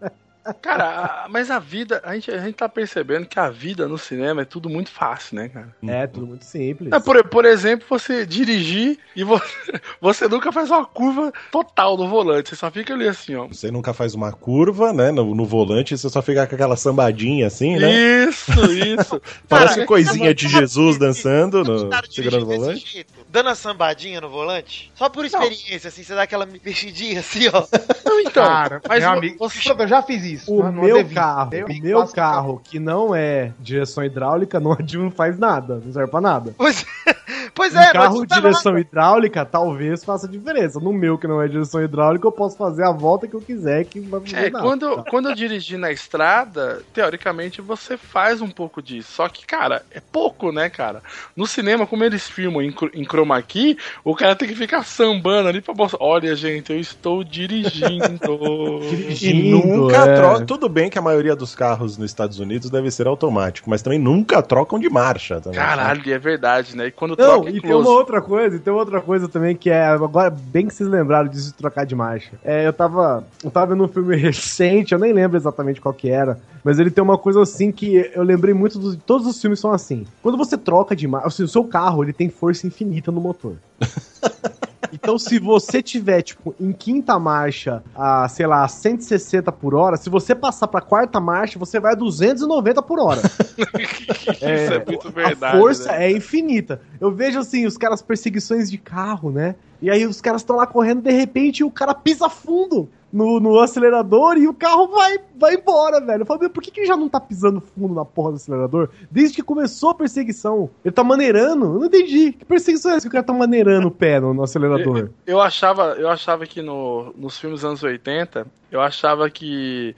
Cara, mas a vida, a gente tá percebendo que a vida no cinema é tudo muito fácil, né, cara? É, tudo muito simples. Por exemplo, você dirigir e você nunca faz uma curva total no volante, você só fica ali assim, ó. Você nunca faz uma curva, né, no volante, você só fica com aquela sambadinha assim, né? Isso. Parece Cara, coisinha de Jesus dançando, segurando o volante. Dando a sambadinha no volante? Só por experiência, assim, você dá aquela mexidinha assim, ó. Não, então, Cara, mas meu amigo, eu já fiz isso. O no meu D20. carro, que não é direção hidráulica, não faz nada, não serve pra nada. Pois é, carro mas de direção hidráulica talvez faça diferença. No meu, que não é direção hidráulica, eu posso fazer a volta que eu quiser, que não vai fazer nada. Quando eu dirigi na estrada, teoricamente você faz um pouco disso. Só que, cara, é pouco, né, cara? No cinema, como eles filmam em chroma key, o cara tem que ficar sambando ali pra mostrar. Olha, gente, eu estou dirigindo. E nunca troca. Tudo bem que a maioria dos carros nos Estados Unidos deve ser automático, mas também nunca trocam de marcha. Também, caralho, é verdade, né? E quando troca, e tem uma outra coisa também que é, agora bem que vocês lembraram disso de trocar de marcha. Eu tava vendo um filme recente, eu nem lembro exatamente qual que era, mas ele tem uma coisa assim que eu lembrei muito todos os filmes são assim. Quando você troca de marcha, assim, o seu carro, ele tem força infinita no motor. Então, se você tiver, tipo, em quinta marcha, sei lá, 160 por hora, se você passar pra quarta marcha, você vai a 290 por hora. Isso é muito verdade. A força, né? É infinita. Eu vejo, assim, os caras perseguições de carro, né? E aí os caras estão lá correndo, de repente o cara pisa fundo no acelerador e o carro vai embora, velho. Eu falo, meu, por que já não tá pisando fundo na porra do acelerador? Desde que começou a perseguição. Ele tá maneirando? Eu não entendi. Que perseguição é essa que o cara tá maneirando o pé no acelerador? Eu achava que nos filmes dos anos 80, eu achava que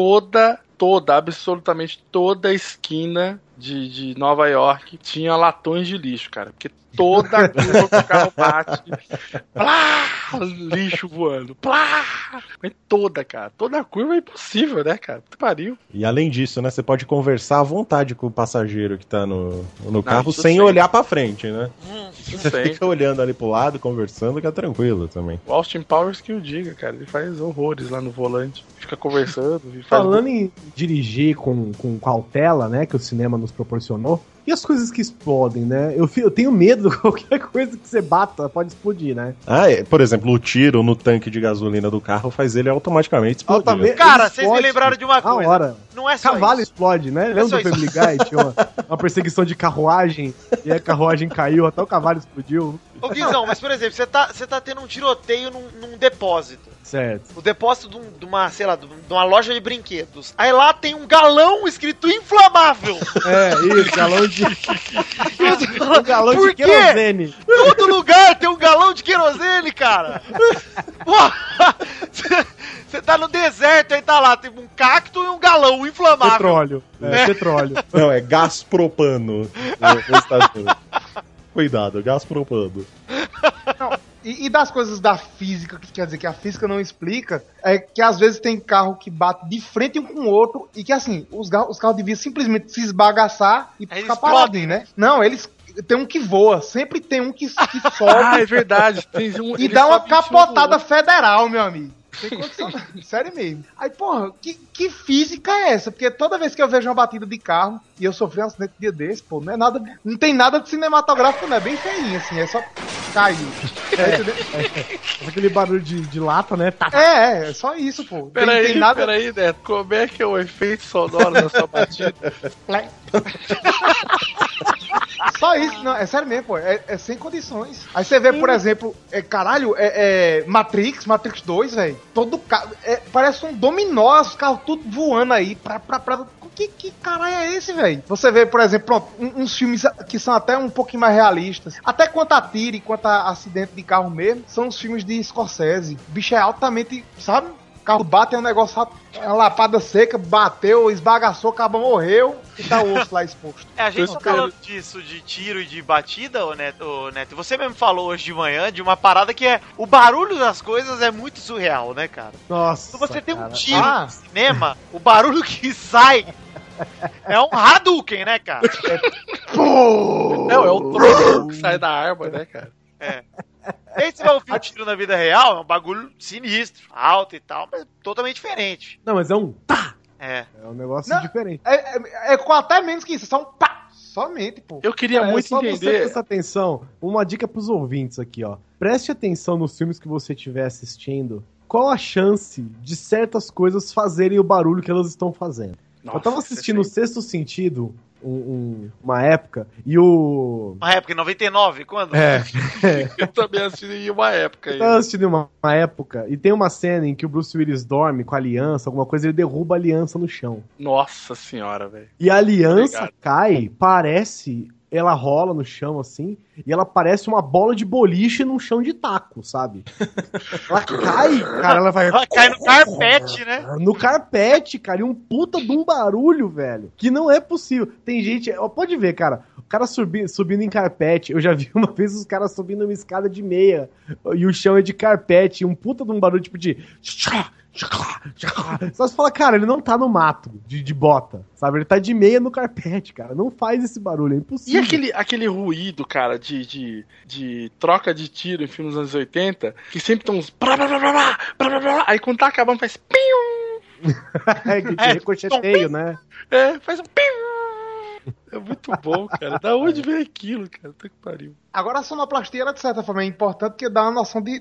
absolutamente toda esquina de Nova York tinha latões de lixo, cara. Porque toda curva que o carro bate, plá, lixo voando, plá. Toda curva é impossível, né, cara? Que pariu. E além disso, né, você pode conversar à vontade com o passageiro que tá no carro sem olhar pra frente, né? Você fica olhando ali pro lado, conversando, que é tranquilo também. O Austin Powers que o diga, cara. Ele faz horrores lá no volante. Fica conversando. Falando em dirigir com cautela, né, que o cinema nos proporcionou, e as coisas que explodem, né? Eu tenho medo de qualquer coisa que você bata, pode explodir, né? Por exemplo, o tiro no tanque de gasolina do carro faz ele automaticamente explodir. Cara, vocês me lembraram de uma coisa. Hora. Não é só Cavalo isso. Explode, né? Lembra do Family Guy? Tinha uma perseguição de carruagem, e a carruagem caiu, até o cavalo explodiu. Ô, Guizão, mas por exemplo, você tá tendo um tiroteio num depósito. Certo. O depósito de uma, sei lá, de uma loja de brinquedos. Aí lá tem um galão escrito inflamável. Isso, galão de... um galão de querosene. Todo lugar tem um galão de querosene, cara. Você tá no deserto, aí tá lá, tem um cacto e um galão inflamável. Petróleo. Petróleo. Não, é gás propano. Cuidado, gás propano. Não. E das coisas da física, que quer dizer que a física não explica, é que às vezes tem carro que bate de frente um com o outro e que assim, os carros deviam simplesmente se esbagaçar e ficar paradinhos, né? Não, eles tem um que voa, sempre tem um que sobe. É verdade. Tem e dá uma capotada federal, meu amigo. Tem condição, sério mesmo. Aí, porra, que física é essa? Porque toda vez que eu vejo uma batida de carro, e eu sofri um acidente dia desse, pô, não é nada, não tem nada de cinematográfico, não, é bem feinho, assim, é só cair. Aquele barulho de lata, né? É só isso, pô. Peraí, Neto, como é que é o efeito sonoro da sua batida? Só isso, não, é sério mesmo, pô, é sem condições. Aí você vê, por exemplo, Matrix 2, velho. Todo carro. Parece um dominó, os carros tudo voando aí. Que caralho é esse, velho? Você vê, por exemplo, pronto, uns filmes que são até um pouquinho mais realistas. Até quanto a tiro e quanto a acidente de carro mesmo, são os filmes de Scorsese. O bicho é altamente, sabe? O carro bate, é um negócio, uma lapada seca, bateu, esbagaçou, o cabo morreu e tá o osso lá exposto. A gente tá falando disso, de tiro e de batida, ô Neto, você mesmo falou hoje de manhã de uma parada que o barulho das coisas é muito surreal, né, cara? Nossa, quando você tem um tiro no cinema, o barulho que sai é um Hadouken, né, cara? É o troço que sai da arma, né, cara? Aí você vai ouvir um tiro na vida real, é um bagulho sinistro, alto e tal, mas totalmente diferente. Não, mas é um tá, É. É um negócio diferente. É com até menos que isso, só um pá. Somente, pô. Eu queria muito só entender. Você prestar atenção. Uma dica pros ouvintes aqui, ó. Preste atenção nos filmes que você estiver assistindo. Qual a chance de certas coisas fazerem o barulho que elas estão fazendo? Nossa, eu tava assistindo o Sexto Sentido uma época, e o... Uma época, em 99, quando? Eu também assisti em uma época. Eu tava assistindo uma época, e tem uma cena em que o Bruce Willis dorme com a aliança, alguma coisa, ele derruba a aliança no chão. Nossa senhora, velho. E a aliança cai, parece... Ela rola no chão, assim, e ela parece uma bola de boliche num chão de taco, sabe? Ela cai, cara, ela vai... Ela cai no carpete, né? No carpete, cara, e um puta de um barulho, velho, que não é possível. Tem gente... Pode ver, cara, o cara subindo em carpete, eu já vi uma vez os caras subindo uma escada de meia, e o chão é de carpete, e um puta de um barulho, tipo de... Só você fala, cara, ele não tá no mato de bota, sabe? Ele tá de meia no carpete, cara. Não faz esse barulho, é impossível. E aquele ruído, cara, de troca de tiro em filmes dos anos 80, que sempre tem uns... Aí quando tá acabando faz... É ricocheteio, né? Faz um... É muito bom, cara. Da onde vem aquilo, cara? Puta que pariu. Agora a sonoplastia, ela, de certa forma, é importante porque dá uma noção de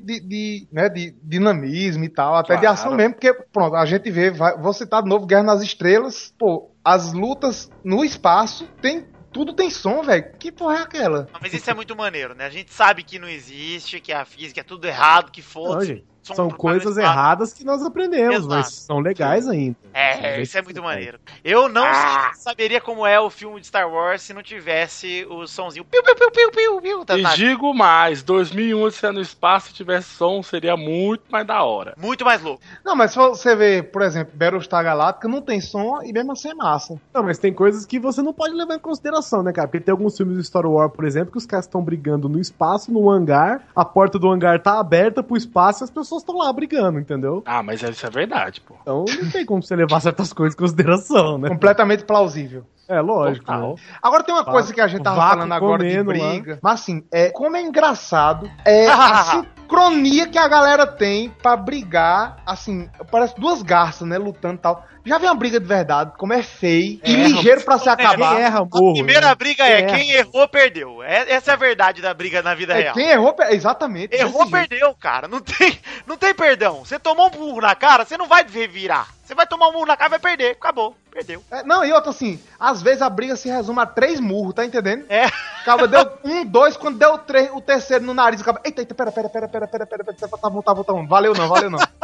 dinamismo e tal, até de ação mesmo, porque, pronto, a gente vê, vou citar de novo Guerra nas Estrelas, pô, as lutas no espaço, tudo tem som, velho. Que porra é aquela? Não, mas isso é muito maneiro, né? A gente sabe que não existe, que a física é tudo errado, que foda-se. São coisas erradas que nós aprendemos, Exato. Mas são legais ainda. Isso é muito maneiro. Eu não saberia como é o filme de Star Wars se não tivesse o somzinho piu, piu, piu, piu, piu, piu, e digo mais, 2001 se no espaço se tivesse som, seria muito mais da hora. Muito mais louco. Não, mas se você ver, por exemplo, Battlestar Galactica, não tem som e mesmo assim é massa. Não, mas tem coisas que você não pode levar em consideração, né, cara? Porque tem alguns filmes de Star Wars, por exemplo, que os caras estão brigando no espaço, no hangar, a porta do hangar tá aberta pro espaço e as pessoas estão lá brigando, entendeu? Ah, mas isso é verdade, pô. Então não tem como você levar certas coisas em consideração, né? Completamente plausível. É, lógico. Né? Agora tem uma coisa que a gente tava falando agora de briga, mas assim, como é engraçado, a sincronia que a galera tem pra brigar, assim, parece duas garças, né, lutando e tal. Já vi uma briga de verdade, como é feio e ligeiro pra se acabar. A primeira briga quem errou, perdeu. Essa é a verdade da briga na vida real. Quem errou, exatamente. Errou, perdeu, cara. Não tem perdão. Você tomou um burro na cara, você não vai revirar. Você vai tomar um murro na cara e vai perder. Acabou. Perdeu. Não, e outra assim, às vezes a briga se resume a 3 murros, tá entendendo? Acaba, deu 1, 2, quando deu o terceiro no nariz, acaba, eita, pera, tá bom, valeu não.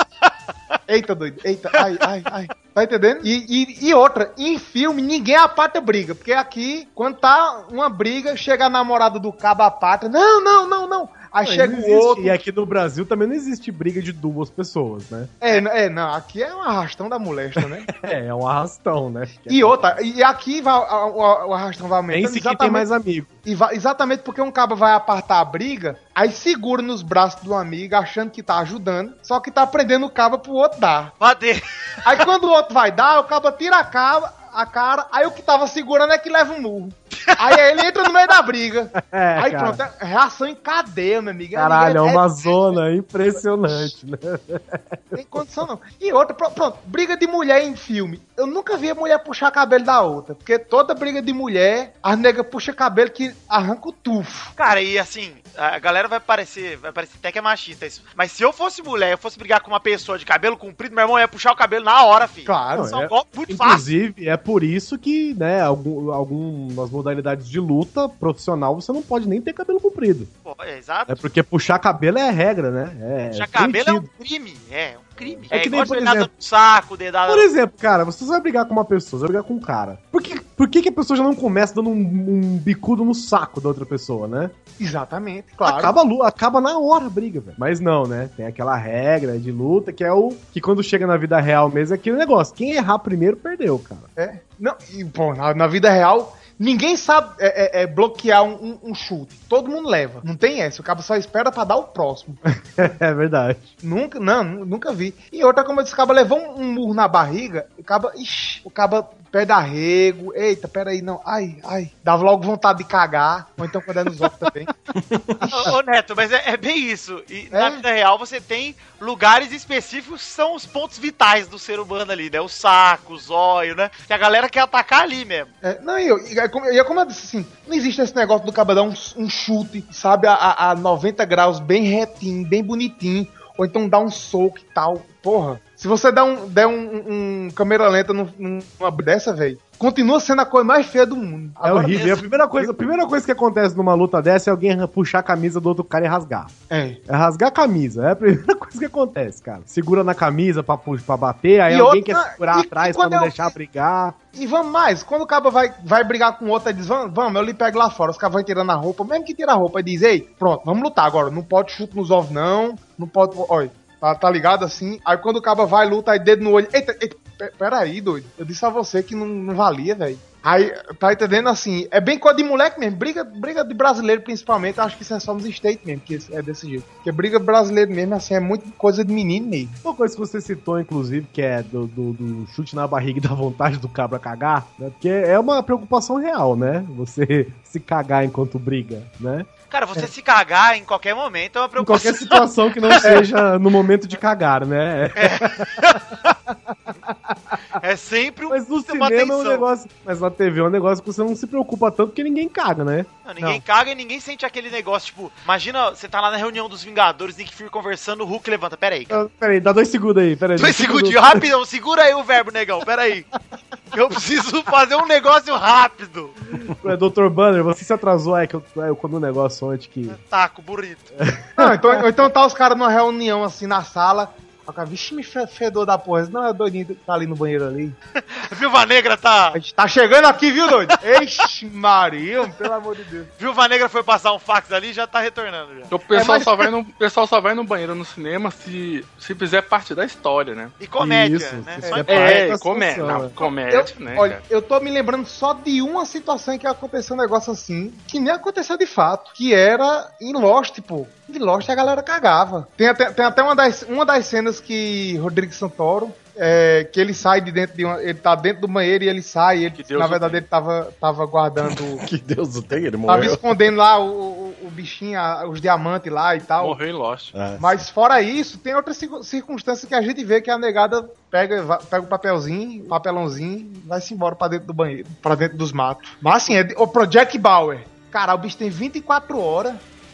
Eita, doido, eita, ai, tá entendendo? E outra, em filme, ninguém apata briga, porque aqui, quando tá uma briga, chega a namorada do cabo apata, não. Aí chega o outro. E aqui no Brasil também não existe briga de 2 pessoas, né? Não, aqui é um arrastão da molesta, né? É um arrastão, né? E outra, e aqui o arrastão vai aumentando. Pense que tem mais amigo. Exatamente porque um cabo vai apartar a briga, aí segura nos braços do amigo, achando que tá ajudando, só que tá prendendo o cabo pro outro dar. Bater. Aí quando o outro vai dar, o cabo tira a cara, aí o que tava segurando é que leva um murro. Aí ele entra no meio da briga. Aí cara, pronto, é reação em cadeia, meu amigo. Caralho, é uma zona impressionante, né? Tem condição não. E outra, pronto, briga de mulher em filme. Eu nunca vi a mulher puxar cabelo da outra, porque toda briga de mulher, as negas puxam cabelo que arranca o tufo. Cara, e assim, a galera vai parecer até que é machista isso. Mas se eu fosse mulher, eu fosse brigar com uma pessoa de cabelo comprido, meu irmão ia puxar o cabelo na hora, filho. Claro, isso é um golpe muito inclusive, fácil. É por isso que, né, algumas modalidades de luta profissional, você não pode nem ter cabelo comprido. Pô, exato. É porque puxar cabelo é a regra, né? Puxar cabelo é um crime, crime. É que nem, por exemplo, no saco, dedada... Por exemplo, cara, você vai brigar com uma pessoa, você vai brigar com um cara. Por que a pessoa já não começa dando um bicudo no saco da outra pessoa, né? Exatamente, claro. Acaba na hora a briga, velho. Mas não, né? Tem aquela regra de luta que é o que quando chega na vida real mesmo é aquele negócio. Quem errar primeiro, perdeu, cara. Não, e, pô, na vida real... Ninguém sabe bloquear um chute. Todo mundo leva. Não tem essa. O cabo só espera pra dar o próximo. É verdade. Nunca vi. E outra, como eu disse, o cabo levou um murro na barriga, o cabo perde arrego. Eita, peraí, não. Ai. Dava logo vontade de cagar. Ou então quando é nos outros também. Ô, Neto, mas é bem isso. E na vida real você tem lugares específicos que são os pontos vitais do ser humano ali, né? O saco, o zóio, né? Que a galera quer atacar ali mesmo. Como eu disse assim, não existe esse negócio do cara dar um chute, sabe, a 90 graus, bem retinho, bem bonitinho, ou então dar um soco e tal. Porra, se você der um câmera lenta numa dessa, velho, continua sendo a coisa mais feia do mundo. É horrível. A primeira coisa que acontece numa luta dessa é alguém puxar a camisa do outro cara e rasgar. É rasgar a camisa. É a primeira coisa que acontece, cara. Segura na camisa pra bater, aí alguém quer segurar atrás pra não deixar brigar. E vamos mais, quando o cara vai brigar com o outro, ele diz, vamos, eu lhe pego lá fora. Os caras vão tirando a roupa, mesmo que tira a roupa, ele diz, ei, pronto, vamos lutar agora. Não pode chute nos ovos, não pode, olha. Tá ligado assim? Aí quando o cara vai luta, aí dedo no olho. Eita, peraí, doido. Eu disse a você que não valia, velho. Aí, tá entendendo assim? É bem coisa de moleque mesmo. Briga de brasileiro, principalmente. Acho que isso é só nos States mesmo, que é desse jeito. Porque briga brasileiro mesmo, assim, é muito coisa de menino mesmo. Uma coisa que você citou, inclusive, que é do chute na barriga e da vontade do cabra cagar, né? Porque é uma preocupação real, né? Você se cagar enquanto briga, né? Cara, você se cagar em qualquer momento é uma preocupação. Em qualquer situação que não seja no momento de cagar, né? É sempre Mas no cinema é um negócio. Mas na TV é um negócio que você não se preocupa tanto porque ninguém caga, né? Não, ninguém caga e ninguém sente aquele negócio, tipo, imagina, você tá lá na reunião dos Vingadores, Nick Fury conversando, o Hulk levanta, peraí. Peraí, dá 2 segundos aí, peraí. 2 segundinhos, rapidão, segura aí o verbo, negão, peraí. Eu preciso fazer um negócio rápido. Dr. Banner, você se atrasou, eu comi um negócio ontem que... Taco, burrito. Não, então tá os caras numa reunião assim na sala. Vixe, me fedor da porra. Não, é doidinho que tá ali no banheiro ali. Viúva Negra tá... A gente tá chegando aqui, viu, doido? Eixe, Maria, pelo amor de Deus. Viúva Negra foi passar um fax ali e já tá retornando. Já. O pessoal, só vai no banheiro no cinema se fizer parte da história, né? E comédia, isso, né? Comédia. Não, comédia, né? Olha, cara? eu tô me lembrando só de uma situação em que aconteceu um negócio assim, que nem aconteceu de fato, que era em Lost, pô. Em Lost a galera cagava. Tem até uma das cenas que Rodrigo Santoro, que ele sai de dentro ele tá dentro do banheiro e ele sai, ele, na verdade ele tava guardando... Que Deus o tenha, ele morreu. Tava escondendo lá o bichinho, os diamantes lá e tal. Morreu em Lost. Mas fora isso, tem outras circunstâncias que a gente vê que a negada pega o papelãozinho, vai-se embora pra dentro do banheiro, pra dentro dos matos. Mas assim, pro Jack Bauer, cara, o bicho tem 24 horas...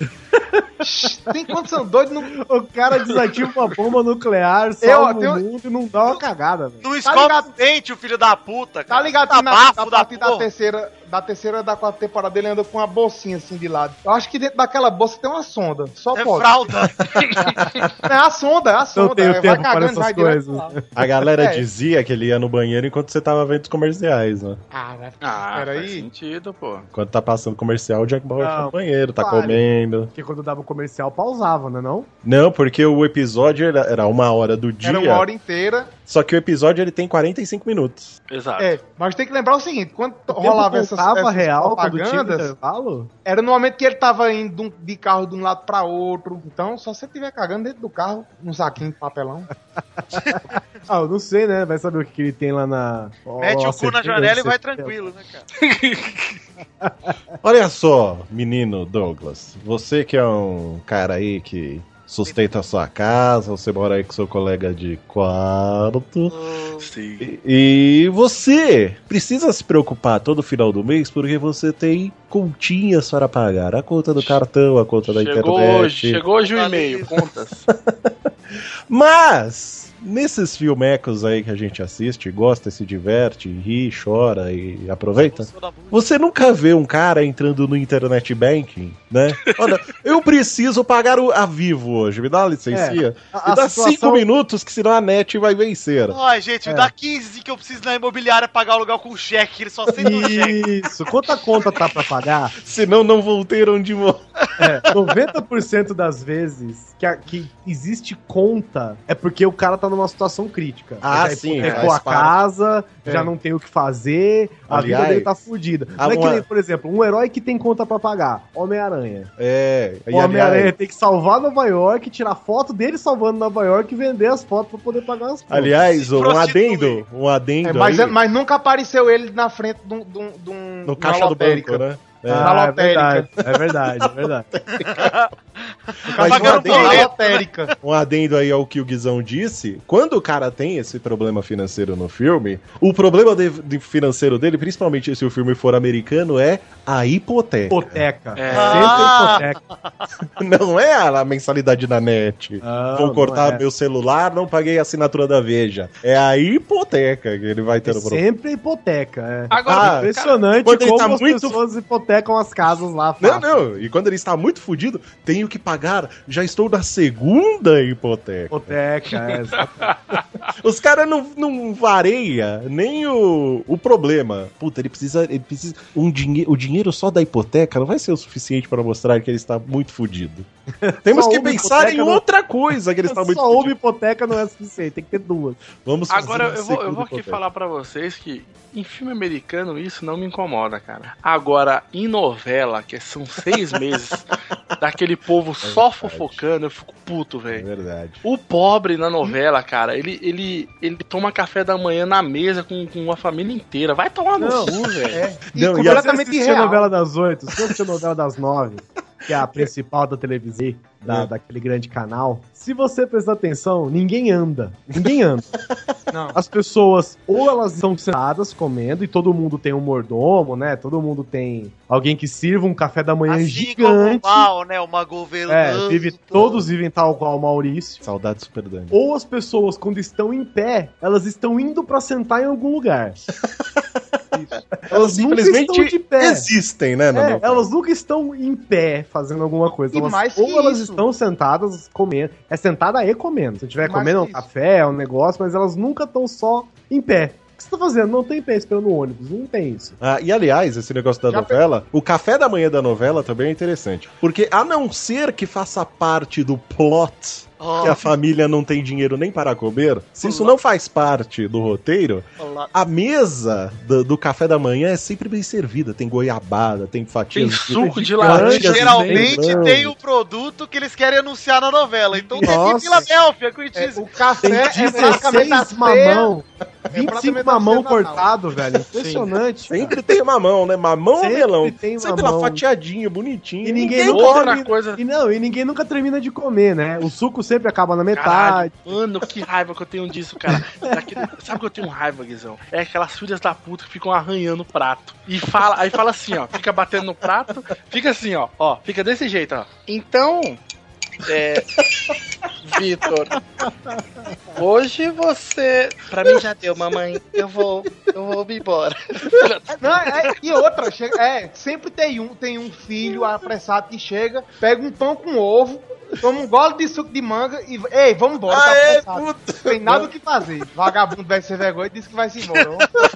Tem quantos são doidos? O cara desativa uma bomba nuclear, salva o mundo e não dá uma cagada, velho. Não escova o dente, o filho da puta, cara. Tá ligado que na partir da terceira da quarta temporada ele anda com uma bolsinha assim de lado. Eu acho que dentro daquela bolsa tem uma sonda. Só pode. Fralda. É a sonda. Não tenho tempo para essas coisas. A galera dizia que ele ia no banheiro enquanto você tava vendo os comerciais, né? Peraí. Faz sentido, pô. Enquanto tá passando comercial, o Jack Bauer tá no banheiro, tá comendo. Porque quando dava o comercial, pausava, né não? Não, porque o episódio era 1 hora do dia. Era 1 hora inteira. Só que o episódio ele tem 45 minutos. Exato. Mas tem que lembrar o seguinte, quando rolava essas propagandas, era no momento que ele tava indo de carro de um lado pra outro. Então, só se você estiver cagando dentro do carro, num saquinho de papelão. Eu não sei, né? Vai saber o que ele tem lá na... Mete o cu na janela e vai tranquilo, né, cara? Olha só, menino Douglas. Você que é um cara aí que sustenta a sua casa, você mora aí com seu colega de quarto. Sim. E você precisa se preocupar todo final do mês porque você tem continhas para pagar. A conta do cartão, a conta da internet. Chegou hoje o e-mail, contas. Mas... nesses filmecos aí que a gente assiste, gosta, se diverte, ri, chora e aproveita, você nunca vê um cara entrando no internet banking, né? Olha, eu preciso pagar a Vivo hoje, me dá uma licencinha. Me dá 5 minutos que senão a net vai vencer. Ai, gente, me dá 15 que eu preciso na imobiliária pagar o aluguel com cheque, ele só aceita o cheque. Isso, quanta conta tá pra pagar? Senão não vou ter onde morar. 90% das vezes que existe conta é porque o cara tá numa situação crítica. Ah, já sim. hipotecou a casa, já não tem o que fazer, a vida dele tá fudida. Não é que nem, por exemplo, um herói que tem conta pra pagar, Homem-Aranha. O Homem-Aranha tem que salvar Nova York, tirar foto dele salvando Nova York e vender as fotos pra poder pagar as fotos. Aliás, um adendo mas nunca apareceu ele na frente de um no caixa do banco, né? Na lotérica. É verdade. Mas um adendo aí ao que o Guizão disse, quando o cara tem esse problema financeiro no filme, o problema financeiro dele, principalmente se o filme for americano, é a hipoteca. Sempre hipoteca. Não é a mensalidade da net. Vou cortar meu celular, não paguei a assinatura da Veja. É a hipoteca que ele vai ter no problema. Sempre hipoteca. Agora, impressionante cara, como tá as pessoas hipotecam as casas lá. Fácil. Não. E quando ele está muito fudido, tenho que pagar. Já estou na segunda hipoteca. Os caras não vareia nem o problema. Puta, ele precisa o dinheiro só da hipoteca não vai ser o suficiente para mostrar que ele está muito fudido. Temos que pensar em outra coisa que ele está muito fudido. Só uma hipoteca não é suficiente, tem que ter duas. Agora eu vou aqui falar pra vocês que em filme americano isso não me incomoda, cara. Agora, em novela, que são 6 meses daquele povo só fofocando, eu fico puto, velho. É verdade. O pobre na novela, cara, ele toma café da manhã na mesa com a família inteira. Vai tomar no cu, velho. Não, e completamente irreal. A novela das 8, se você a novela das 9, que é a principal da televisão, daquele grande canal, se você prestar atenção, ninguém anda. Não. As pessoas, ou elas estão sentadas comendo, e todo mundo tem um mordomo, né? Todo mundo tem alguém que sirva um café da manhã assim gigante. Como o mal, né? Uma governanta. Todos vivem tal qual o Maurício. Saudade Super Dani. Ou as pessoas, quando estão em pé, elas estão indo pra sentar em algum lugar. Elas simplesmente existem, né? Elas nunca estão em pé fazendo alguma coisa. Elas estão sentadas comendo. É sentada e comendo. Se estiver comendo um café, é um negócio, mas elas nunca estão só em pé. O que você tá fazendo? Não tem pé esperando o ônibus, não tem isso. E aliás, esse negócio da novela, o café da manhã da novela também é interessante. Porque a não ser que faça parte do plot que a família não tem dinheiro nem para comer, se isso não faz parte do roteiro, a mesa do café da manhã é sempre bem servida. Tem goiabada, tem fatias... Tem suco de laranja. Geralmente tem o produto que eles querem anunciar na novela. Então tem Filadélfia, o café tem 16 mamão. 25 mamão cortado, velho. Impressionante. Sempre tem mamão, né? Mamão ou melão? Sempre lá fatiadinho, bonitinho. E ninguém e ninguém nunca termina de comer, né? O suco sempre acaba na metade. Caralho, mano, que raiva que eu tenho disso, cara. Sabe que eu tenho raiva, Guizão? É aquelas filhas da puta que ficam arranhando o prato. Aí fala assim, ó. Fica batendo no prato. Fica assim, ó. Fica desse jeito, ó. Então... Vitor, hoje você... Pra mim já deu, mamãe. Eu vou me embora. E outra, sempre tem um filho apressado que chega, pega um pão com ovo, toma um gole de suco de manga e... Ei, vamos embora, tá apressado. Tem nada o que fazer. Vagabundo vai ser vergonha e disse que vai se embora.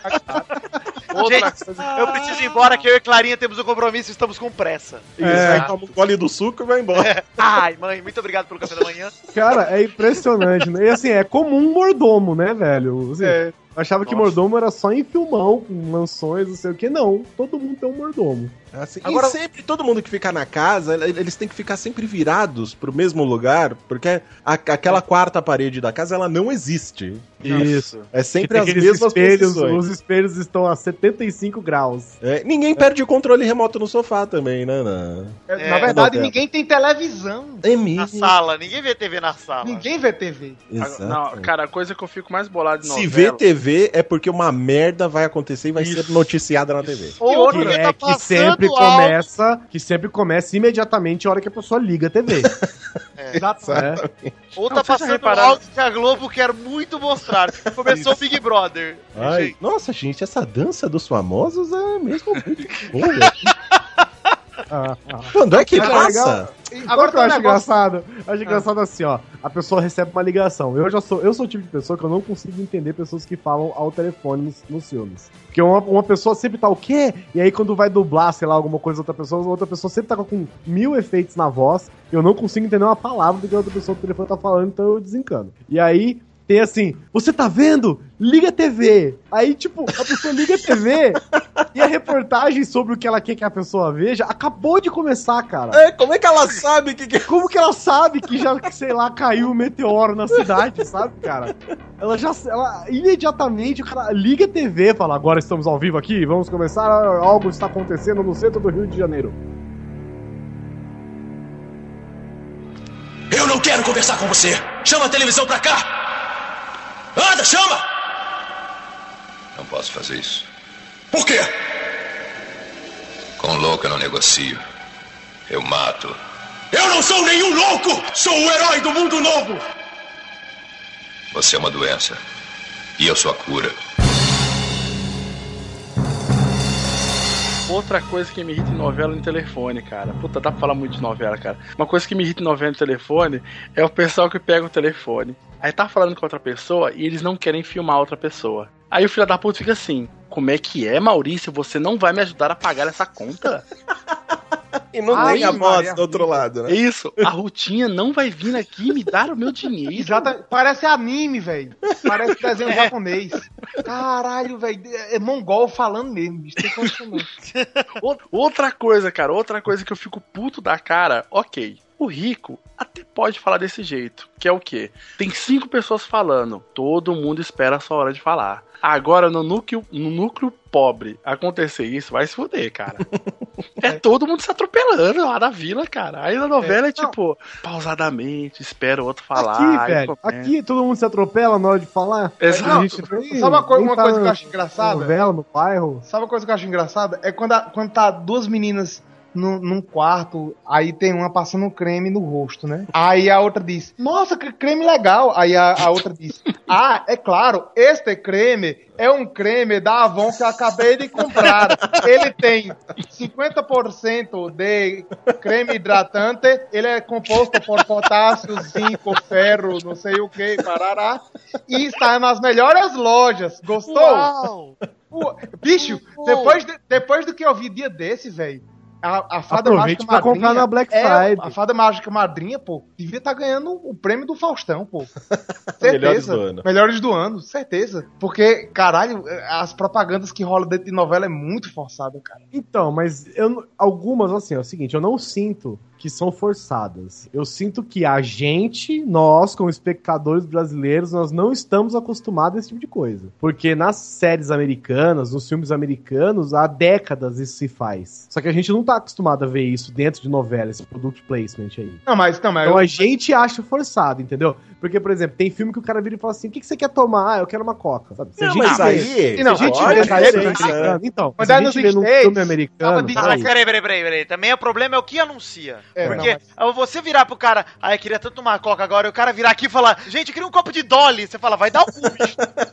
Gente, eu preciso ir embora, que eu e Clarinha temos um compromisso e estamos com pressa. Aí toma um gole do suco e vai embora. Ai, mãe, muito obrigado pelo café da manhã. Cara, é impressionante, né? E assim, é comum um mordomo, né, velho? Assim, eu achava que mordomo era só em filmão, com mansões, não sei o que. Não, todo mundo tem um mordomo. Assim, agora, sempre, todo mundo que fica na casa, eles têm que ficar sempre virados pro mesmo lugar, porque aquela quarta parede da casa, ela não existe. Isso. É sempre as mesmas posições. Os espelhos estão a 75 graus. Ninguém perde o controle remoto no sofá também, né? Na verdade, ninguém tem televisão. Na sala, ninguém vê TV na sala. Ninguém vê TV. Não, cara, a coisa que eu fico mais bolado de novela... Se vê TV, é porque uma merda vai acontecer e vai ser noticiada na TV. Outra que sempre começa imediatamente a hora que a pessoa liga a TV. Exatamente. Ou tá passando algo que a Globo quer muito mostrar. Começou o Big Brother. Nossa, gente, essa dança dos famosos é mesmo muito boa. Quando é que passa? Agora que eu acho engraçado. Acho engraçado assim, ó. a pessoa recebe uma ligação. Eu sou o tipo de pessoa que eu não consigo entender pessoas que falam ao telefone nos filmes. Porque uma pessoa sempre tá o quê? E aí quando vai dublar, sei lá, alguma coisa outra pessoa sempre tá com 1000 efeitos na voz. Eu não consigo entender uma palavra do que a outra pessoa do telefone tá falando, então eu desencano. E aí tem assim, você tá vendo? Liga a TV. Aí, tipo, a pessoa liga a TV e a reportagem sobre o que ela quer que a pessoa veja acabou de começar, cara. Como é que ela sabe que... Como que ela sabe que já, sei lá, caiu um meteoro na cidade, sabe, cara? Ela imediatamente, o cara liga a TV e fala, agora estamos ao vivo aqui, vamos começar, algo está acontecendo no centro do Rio de Janeiro. Eu não quero conversar com você. Chama a televisão pra cá. Anda, chama! Não posso fazer isso. Por quê? Com louco eu não negocio. Eu mato. Eu não sou nenhum louco! Sou o herói do mundo novo! Você é uma doença. E eu sou a cura. Outra coisa que me irrita em novela no telefone, cara. Puta, dá pra falar muito de novela, cara. Uma coisa que me irrita em novela no telefone é o pessoal que pega o telefone. Aí tá falando com outra pessoa e eles não querem filmar a outra pessoa. Aí o filho da puta fica assim, como é que é, Maurício? Você não vai me ajudar a pagar essa conta? E não tem a voz do outro lado, né? Isso, a Rutinha não vai vir aqui me dar o meu dinheiro. Exato, parece anime, velho. Parece desenho japonês. Caralho, velho. É mongol falando mesmo. Isso tem condição. Outra coisa, cara, outra coisa que eu fico puto da cara, ok. O rico até pode falar desse jeito, que é o quê? Tem 5 pessoas falando, todo mundo espera a sua hora de falar. Agora, no núcleo pobre, acontecer isso, vai se fuder, cara. É todo mundo se atropelando lá na vila, cara. Aí na novela é tipo, pausadamente, espera o outro falar. Aqui, velho, aqui todo mundo se atropela na hora de falar. Exato. Sabe uma coisa que eu acho engraçada? Novela no bairro. Sabe uma coisa que eu acho engraçada? É quando tá duas meninas num quarto, aí tem uma passando creme no rosto, né? Aí a outra diz, nossa, que creme legal. Aí a outra diz, ah, é claro, este creme é um creme da Avon que eu acabei de comprar. Ele tem 50% de creme hidratante, ele é composto por potássio, zinco, ferro, não sei o que, parará, e está nas melhores lojas. Gostou? Uau. Bicho, depois do que eu vi dia desse, velho, a Fada Aproveite Mágica pra Madrinha, comprar na Black Friday. A Fada Mágica Madrinha, pô, devia estar ganhando o prêmio do Faustão, pô. Melhores Certeza. do ano. Melhores do ano, certeza. Porque, caralho, as propagandas que rolam dentro de novela é muito forçada, cara. Então, mas algumas, assim, é o seguinte, eu não sinto que são forçadas. Eu sinto que a gente, nós, como espectadores brasileiros, nós não estamos acostumados a esse tipo de coisa. Porque nas séries americanas, nos filmes americanos, há décadas isso se faz. Só que a gente não tá acostumado a ver isso dentro de novela, esse product placement aí. Não, mas então a gente acha forçado, entendeu? Porque, por exemplo, tem filme que o cara vira e fala assim, o que você quer tomar? Ah, eu quero uma coca. Sabe? Se não, a gente mas aí... Se a gente vê na série americana, então, se a gente vê num filme americano... Mas peraí. Também o problema é o que anuncia. Porque não, você virar pro cara, eu queria tanto tomar coca agora, e o cara virar aqui e falar, gente, eu queria um copo de Dolly. Você fala, vai dar o cu, bicho.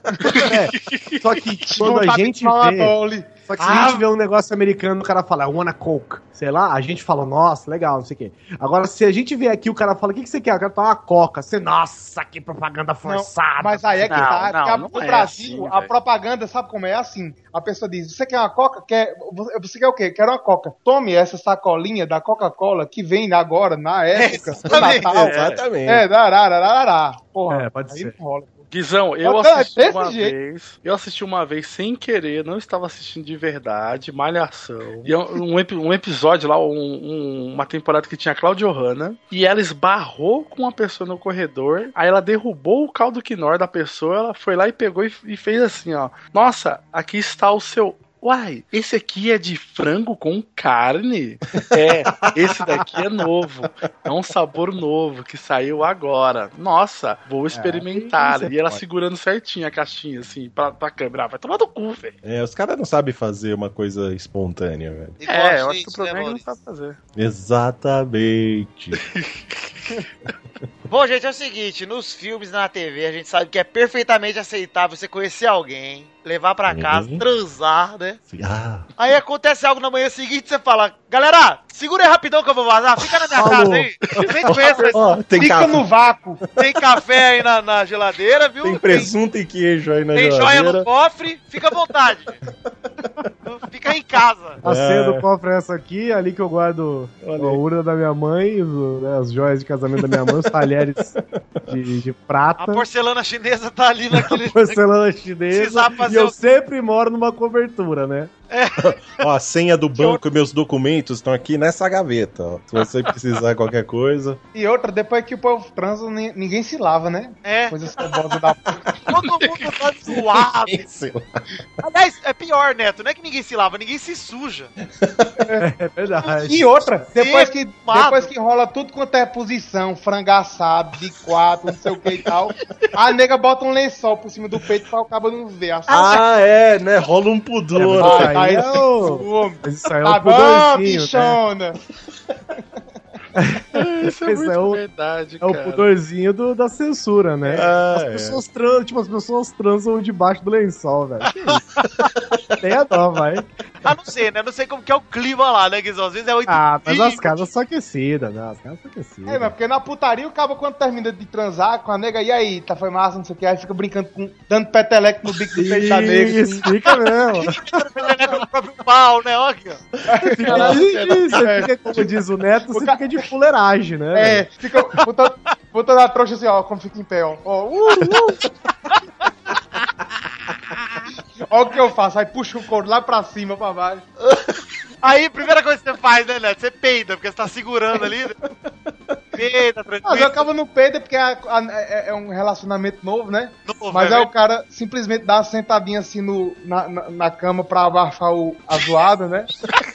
Só que quando a gente vê... Só que se a gente vê um negócio americano, o cara fala, I want a Coke. Sei lá, a gente fala, nossa, legal, não sei o quê. Agora, se a gente vê aqui, o cara fala, o que você quer? Eu quero tomar uma Coca. Você, nossa, que propaganda forçada. Não, mas aí é que tá. No Brasil, assim, a propaganda, sabe como é? Assim. A pessoa diz, você quer uma Coca? Você quer o quê? Quero uma Coca. Tome essa sacolinha da Coca-Cola que vem agora, na época, do Natal. Exatamente. Porra, pode ser. Rola. Guizão, eu assisti uma vez sem querer, não estava assistindo de verdade, Malhação. E um episódio lá, uma temporada que tinha a Claudia Hanna, e ela esbarrou com uma pessoa no corredor, aí ela derrubou o caldo quinor da pessoa, ela foi lá e pegou e fez assim, ó. Nossa, aqui está o seu... Uai, esse aqui é de frango com carne? Esse daqui é novo. É um sabor novo que saiu agora. Nossa, vou experimentar. E ela segurando certinho a caixinha, assim, pra câmera. Vai tomar do cu, velho. Os caras não sabem fazer uma coisa espontânea, velho. Eu acho que o problema é que não sabe fazer. Exatamente. Bom, gente, é o seguinte, nos filmes e na TV a gente sabe que é perfeitamente aceitável você conhecer alguém, levar pra casa, transar, né? Aí acontece algo na manhã seguinte, você fala, galera, segura aí rapidão que eu vou vazar, fica na minha casa aí. Nem conhece, fica no vácuo. Tem café aí na geladeira, viu? Tem presunto e queijo aí na geladeira. Tem joia no cofre, fica à vontade. Fica em casa. A senha do cofre é essa aqui, ali que eu guardo a urna da minha mãe, as joias de casamento da minha mãe, os talheres de prata. A porcelana chinesa tá ali naquele... A porcelana chinesa. E eu sempre moro numa cobertura, né? Ó, a senha do banco e meus documentos estão aqui nessa gaveta, ó. Se você precisar qualquer coisa. E outra, depois que o povo transa, ninguém se lava, né? Coisa cebosa da Todo mundo tá suave. Aliás, é pior, Neto, não é que ninguém se lava, ninguém se suja. É verdade. E outra, depois que rola tudo quanto é posição, frango assado, de 4, não sei o que e tal, a nega bota um lençol por cima do peito pra o cabo não ver. Né? Rola um pudor. Aí isso aí é tá o pudorzinho, bichona. Isso é muito verdade, cara. É o pudorzinho da censura, né? As pessoas transam debaixo do lençol, velho. Tem a dó, vai. Não sei, né? Não sei como que é o clima lá, né, Guizão? Às vezes é 8 mas as casas são aquecidas, né? As casas são aquecidas. Mas porque na putaria o cabo, quando termina de transar com a nega, e aí, tá, foi massa, não sei o que, aí fica brincando, dando peteleco no bico do peito da nega. Isso, fica mesmo. Peteleco no próprio pau, né? Ó aqui, ó. Você fica, como diz o Neto, você fica de fuleiragem, né? Fica botando a trouxa assim, ó, como fica em pé, ó. Olha o que eu faço, aí puxa o couro lá pra cima, pra baixo. Aí, primeira coisa que você faz, né, Neto? Você peida, porque você tá segurando ali. Peida, tranquilo. Mas eu acabo no peida porque é um relacionamento novo, né? Mas aí o cara simplesmente dá uma sentadinha assim na cama pra abafar a zoada, né?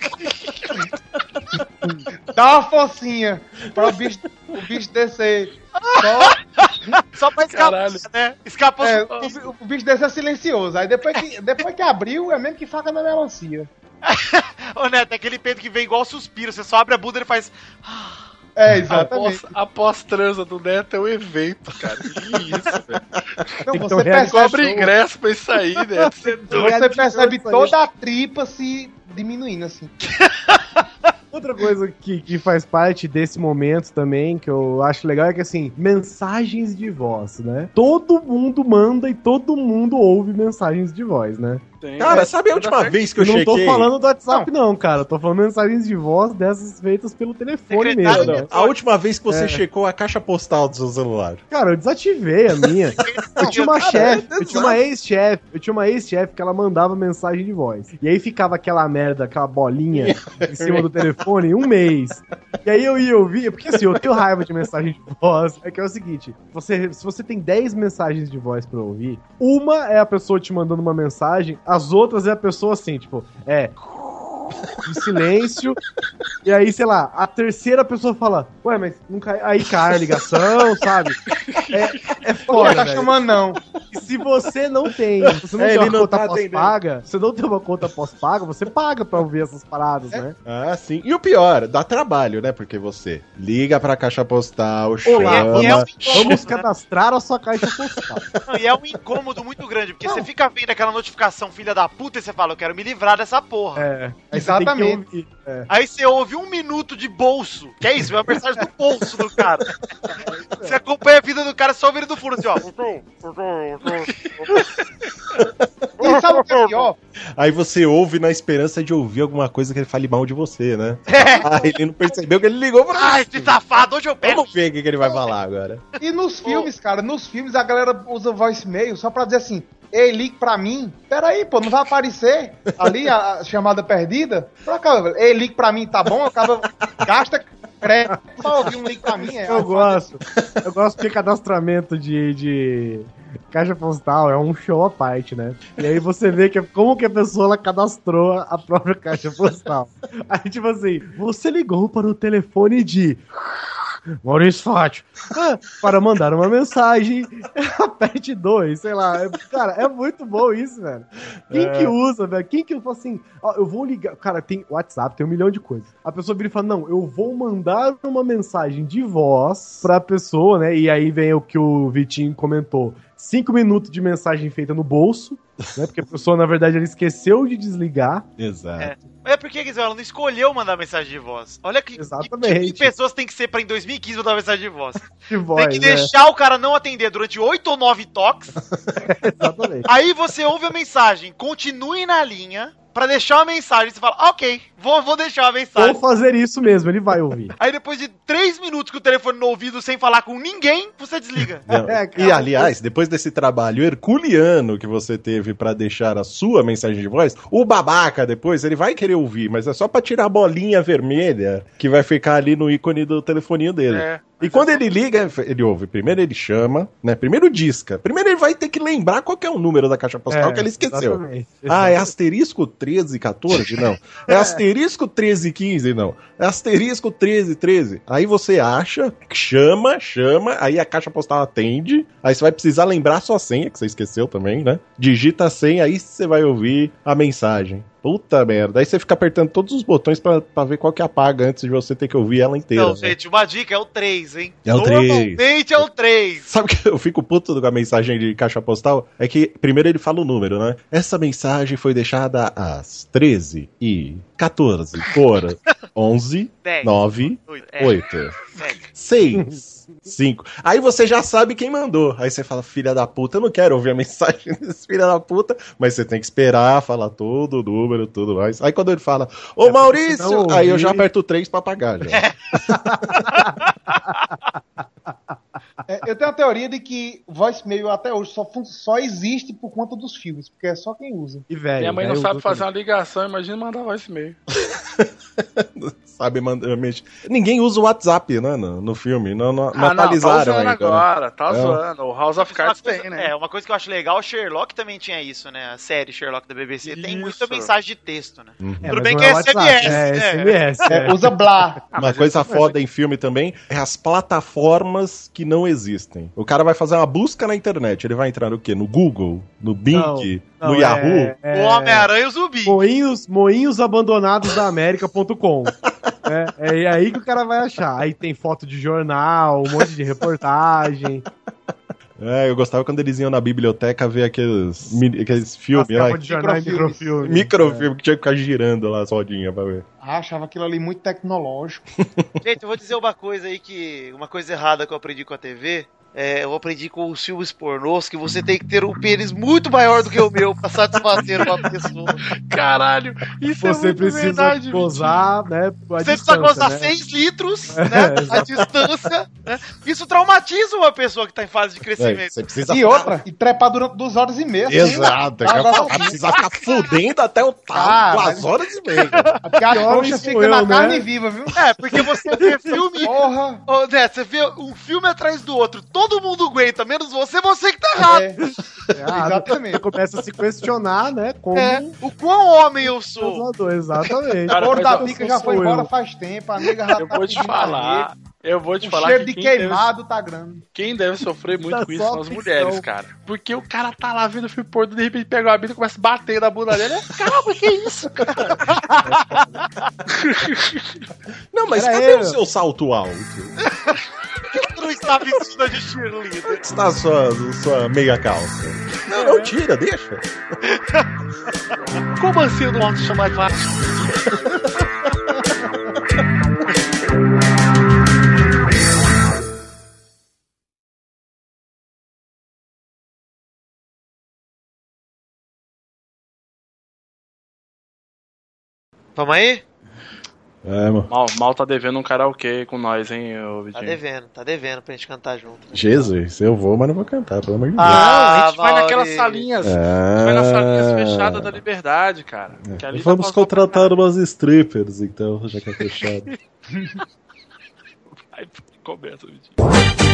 Dá uma focinha pra o bicho descer. Só pra escapar, né? Escapou. O bicho descer silencioso. Aí depois que abriu, é mesmo que faca na melancia. Ô, Neto, é aquele peito que vem igual suspiro. Você só abre a bunda e ele faz... Exatamente. A pós-transa do Neto é um evento, cara. Que isso, velho. Não, você percebe... Cobre ingresso pra isso aí, Neto. Você percebe toda a tripa se diminuindo, assim. Outra coisa que faz parte desse momento também, que eu acho legal, é que, assim, mensagens de voz, né? Todo mundo manda e todo mundo ouve mensagens de voz, né? Cara, sabe a última vez que eu chequei? Não tô falando do WhatsApp, não, cara. Eu tô falando mensagens de voz dessas feitas pelo telefone mesmo. Não. A última vez que você checou a caixa postal do seu celular. Cara, eu desativei a minha. Eu tinha uma chefe, eu tinha uma ex-chefe que ela mandava mensagem de voz. E aí ficava aquela merda, aquela bolinha em cima do telefone um mês. E aí eu ia ouvir, porque assim, eu tenho raiva de mensagem de voz. É que é o seguinte, se você tem 10 mensagens de voz pra ouvir, uma é a pessoa te mandando uma mensagem, as outras é a pessoa assim, tipo, de silêncio, e aí, sei lá, a terceira pessoa fala, ué, mas não cai, aí cai a ligação, sabe? É foda, tá chamando, não. E se você não tem, você não tem uma conta pós-paga, você não tem uma conta pós-paga, você paga pra ouvir essas paradas, né? Ah, sim. E o pior, dá trabalho, né? Porque você liga pra caixa postal, chama... Vamos cadastrar a sua caixa postal. E é um incômodo muito grande, porque você fica vendo aquela notificação filha da puta e você fala, eu quero me livrar dessa porra. Exatamente. Aí você ouve 1 minuto de bolso. Que é isso? É uma mensagem do bolso do cara. Você acompanha a vida do cara só ouvindo do fundo, assim, ó. E sabe o que é pior? Aí você ouve na esperança de ouvir alguma coisa que ele fale mal de você, né? Aí ele não percebeu que ele ligou pra esse safado, hoje eu pego. Vamos ver o que ele vai falar agora. E nos filmes, cara, a galera usa voicemail só pra dizer assim, ei, ligue pra mim. Peraí, pô, não vai aparecer ali a chamada perdida? Pra cá, ei, ligue pra mim, tá bom? Acaba, gasta crédito pra ouvir um ligue pra mim. Eu gosto de cadastramento de caixa postal, é um show à parte, né? E aí você vê como que a pessoa ela cadastrou a própria caixa postal. Aí, tipo assim, você ligou para o telefone de... Maurício Fátio. Para mandar uma mensagem, aperte 2, sei lá. Cara, é muito bom isso, velho. Quem que usa, velho? Quem que fala assim, ó, eu vou ligar... Cara, tem WhatsApp, tem 1 milhão de coisas. A pessoa vira e fala, não, eu vou mandar uma mensagem de voz pra pessoa, né? E aí vem o que o Vitinho comentou. 5 minutos de mensagem feita no bolso, né? Porque a pessoa, na verdade, ela esqueceu de desligar. Exato. É porque ela não escolheu mandar mensagem de voz. Olha que pessoas tem que ser pra em 2015 mandar mensagem de voz. Tem que deixar o cara não atender durante 8 ou 9 toques. Exatamente. Aí você ouve a mensagem, continue na linha pra deixar uma mensagem. Você fala, ok, vou deixar uma mensagem. Vou fazer isso mesmo, ele vai ouvir. Aí depois de 3 minutos com o telefone no ouvido sem falar com ninguém, você desliga. E aliás, depois desse trabalho herculeano que você teve pra deixar a sua mensagem de voz, o babaca depois, ele vai querer ouvir, mas é só pra tirar a bolinha vermelha que vai ficar ali no ícone do telefoninho dele. E quando ele liga, ele ouve. Primeiro ele chama, né? Primeiro disca. Primeiro ele vai ter que lembrar qual que é o número da caixa postal que ele esqueceu. Exatamente. Ah, é asterisco 1314? Não. É asterisco 1315? Não. É asterisco 1313. Aí você acha, chama, aí a caixa postal atende, aí você vai precisar lembrar a sua senha, que você esqueceu também, né? Digita a senha, aí você vai ouvir a mensagem. Puta merda. Aí você fica apertando todos os botões pra ver qual que apaga antes de você ter que ouvir ela inteira. Então, gente, uma dica é o 3, hein? É o 3. Normalmente é o 3. Sabe que eu fico puto com a mensagem de caixa postal? É que primeiro ele fala o número, né? Essa mensagem foi deixada às 13h14 por 11, 10, 9, 8, 6, 5. Aí você já sabe quem mandou. Aí você fala, filha da puta, eu não quero ouvir a mensagem desse filha da puta, mas você tem que esperar, falar todo o número, tudo mais. Aí quando ele fala, ô Maurício, aí eu já aperto 3 pra pagar, já. Eu tenho a teoria de que voicemail até hoje só existe por conta dos filmes, porque é só quem usa. E velho, minha mãe não sabe fazer uma ligação, imagina mandar voicemail. Sabe, ninguém usa o WhatsApp, né, no filme, não atualizaram tá ainda. Agora, tá zoando, o House of Cards tem, né? Uma coisa que eu acho legal, o Sherlock também tinha isso, né, a série Sherlock da BBC tem muita mensagem de texto, né. Tudo bem que é SMS. Usa Blá. Uma coisa foda em filme também é as plataformas que não existem. O cara vai fazer uma busca na internet, ele vai entrar no quê? No Google? No Bing? No Yahoo? O Homem-Aranha e o Zumbi. Moinhos abandonados da América.com. É aí que o cara vai achar. Aí tem foto de jornal, um monte de reportagem. Eu gostava quando eles iam na biblioteca ver aqueles filmes lá. Microfilme que tinha que ficar girando lá as rodinhas pra ver. Achava aquilo ali muito tecnológico. Gente, eu vou dizer uma coisa aí uma coisa errada que eu aprendi com a TV. Eu aprendi com os filmes pornôs que você tem que ter um pênis muito maior do que o meu pra satisfazer uma pessoa. Caralho, isso você é muito precisa verdade, gozar, né? Você precisa gozar 6 litros, né? A distância, né? Isso traumatiza uma pessoa que tá em fase de crescimento. Você precisa e trepar durante 2 horas e meia. Exato, precisa ficar fudendo até o talo, 2 horas e meia. Porque a trouxa fica na carne viva, viu? Porque você vê filme. Porra! Você vê um filme atrás do outro. Todo mundo aguenta, menos você que tá errado. Exatamente. Você começa a se questionar, né? Como o quão homem eu sou. Exatamente. A cor da pica já foi embora faz tempo, a nega já tá Eu vou te falar. O cheiro de queimado tá grande. Quem deve sofrer muito com isso são as mulheres, cara. Porque o cara tá lá vendo o filme pornô, de repente pega uma bíblia e começa a bater na bunda dele. Calma, que isso, cara? Não, mas cadê o seu salto alto? Não está vestida de cheerleader. Está a sua meia calça. Não, tira, deixa. Como assim eu não posso chamar de vaso? Vamos aí? Mano. Mal tá devendo um karaokê com nós, hein, Vitinho? Tá devendo pra gente cantar junto. Jesus, eu vou, mas não vou cantar, pelo amor de Deus. A gente vai naquelas salinhas. A gente vai nas salinhas fechadas da Liberdade, cara. Que ali vamos contratar umas strippers, então, já que é fechado. Vai, começa, Vitinho.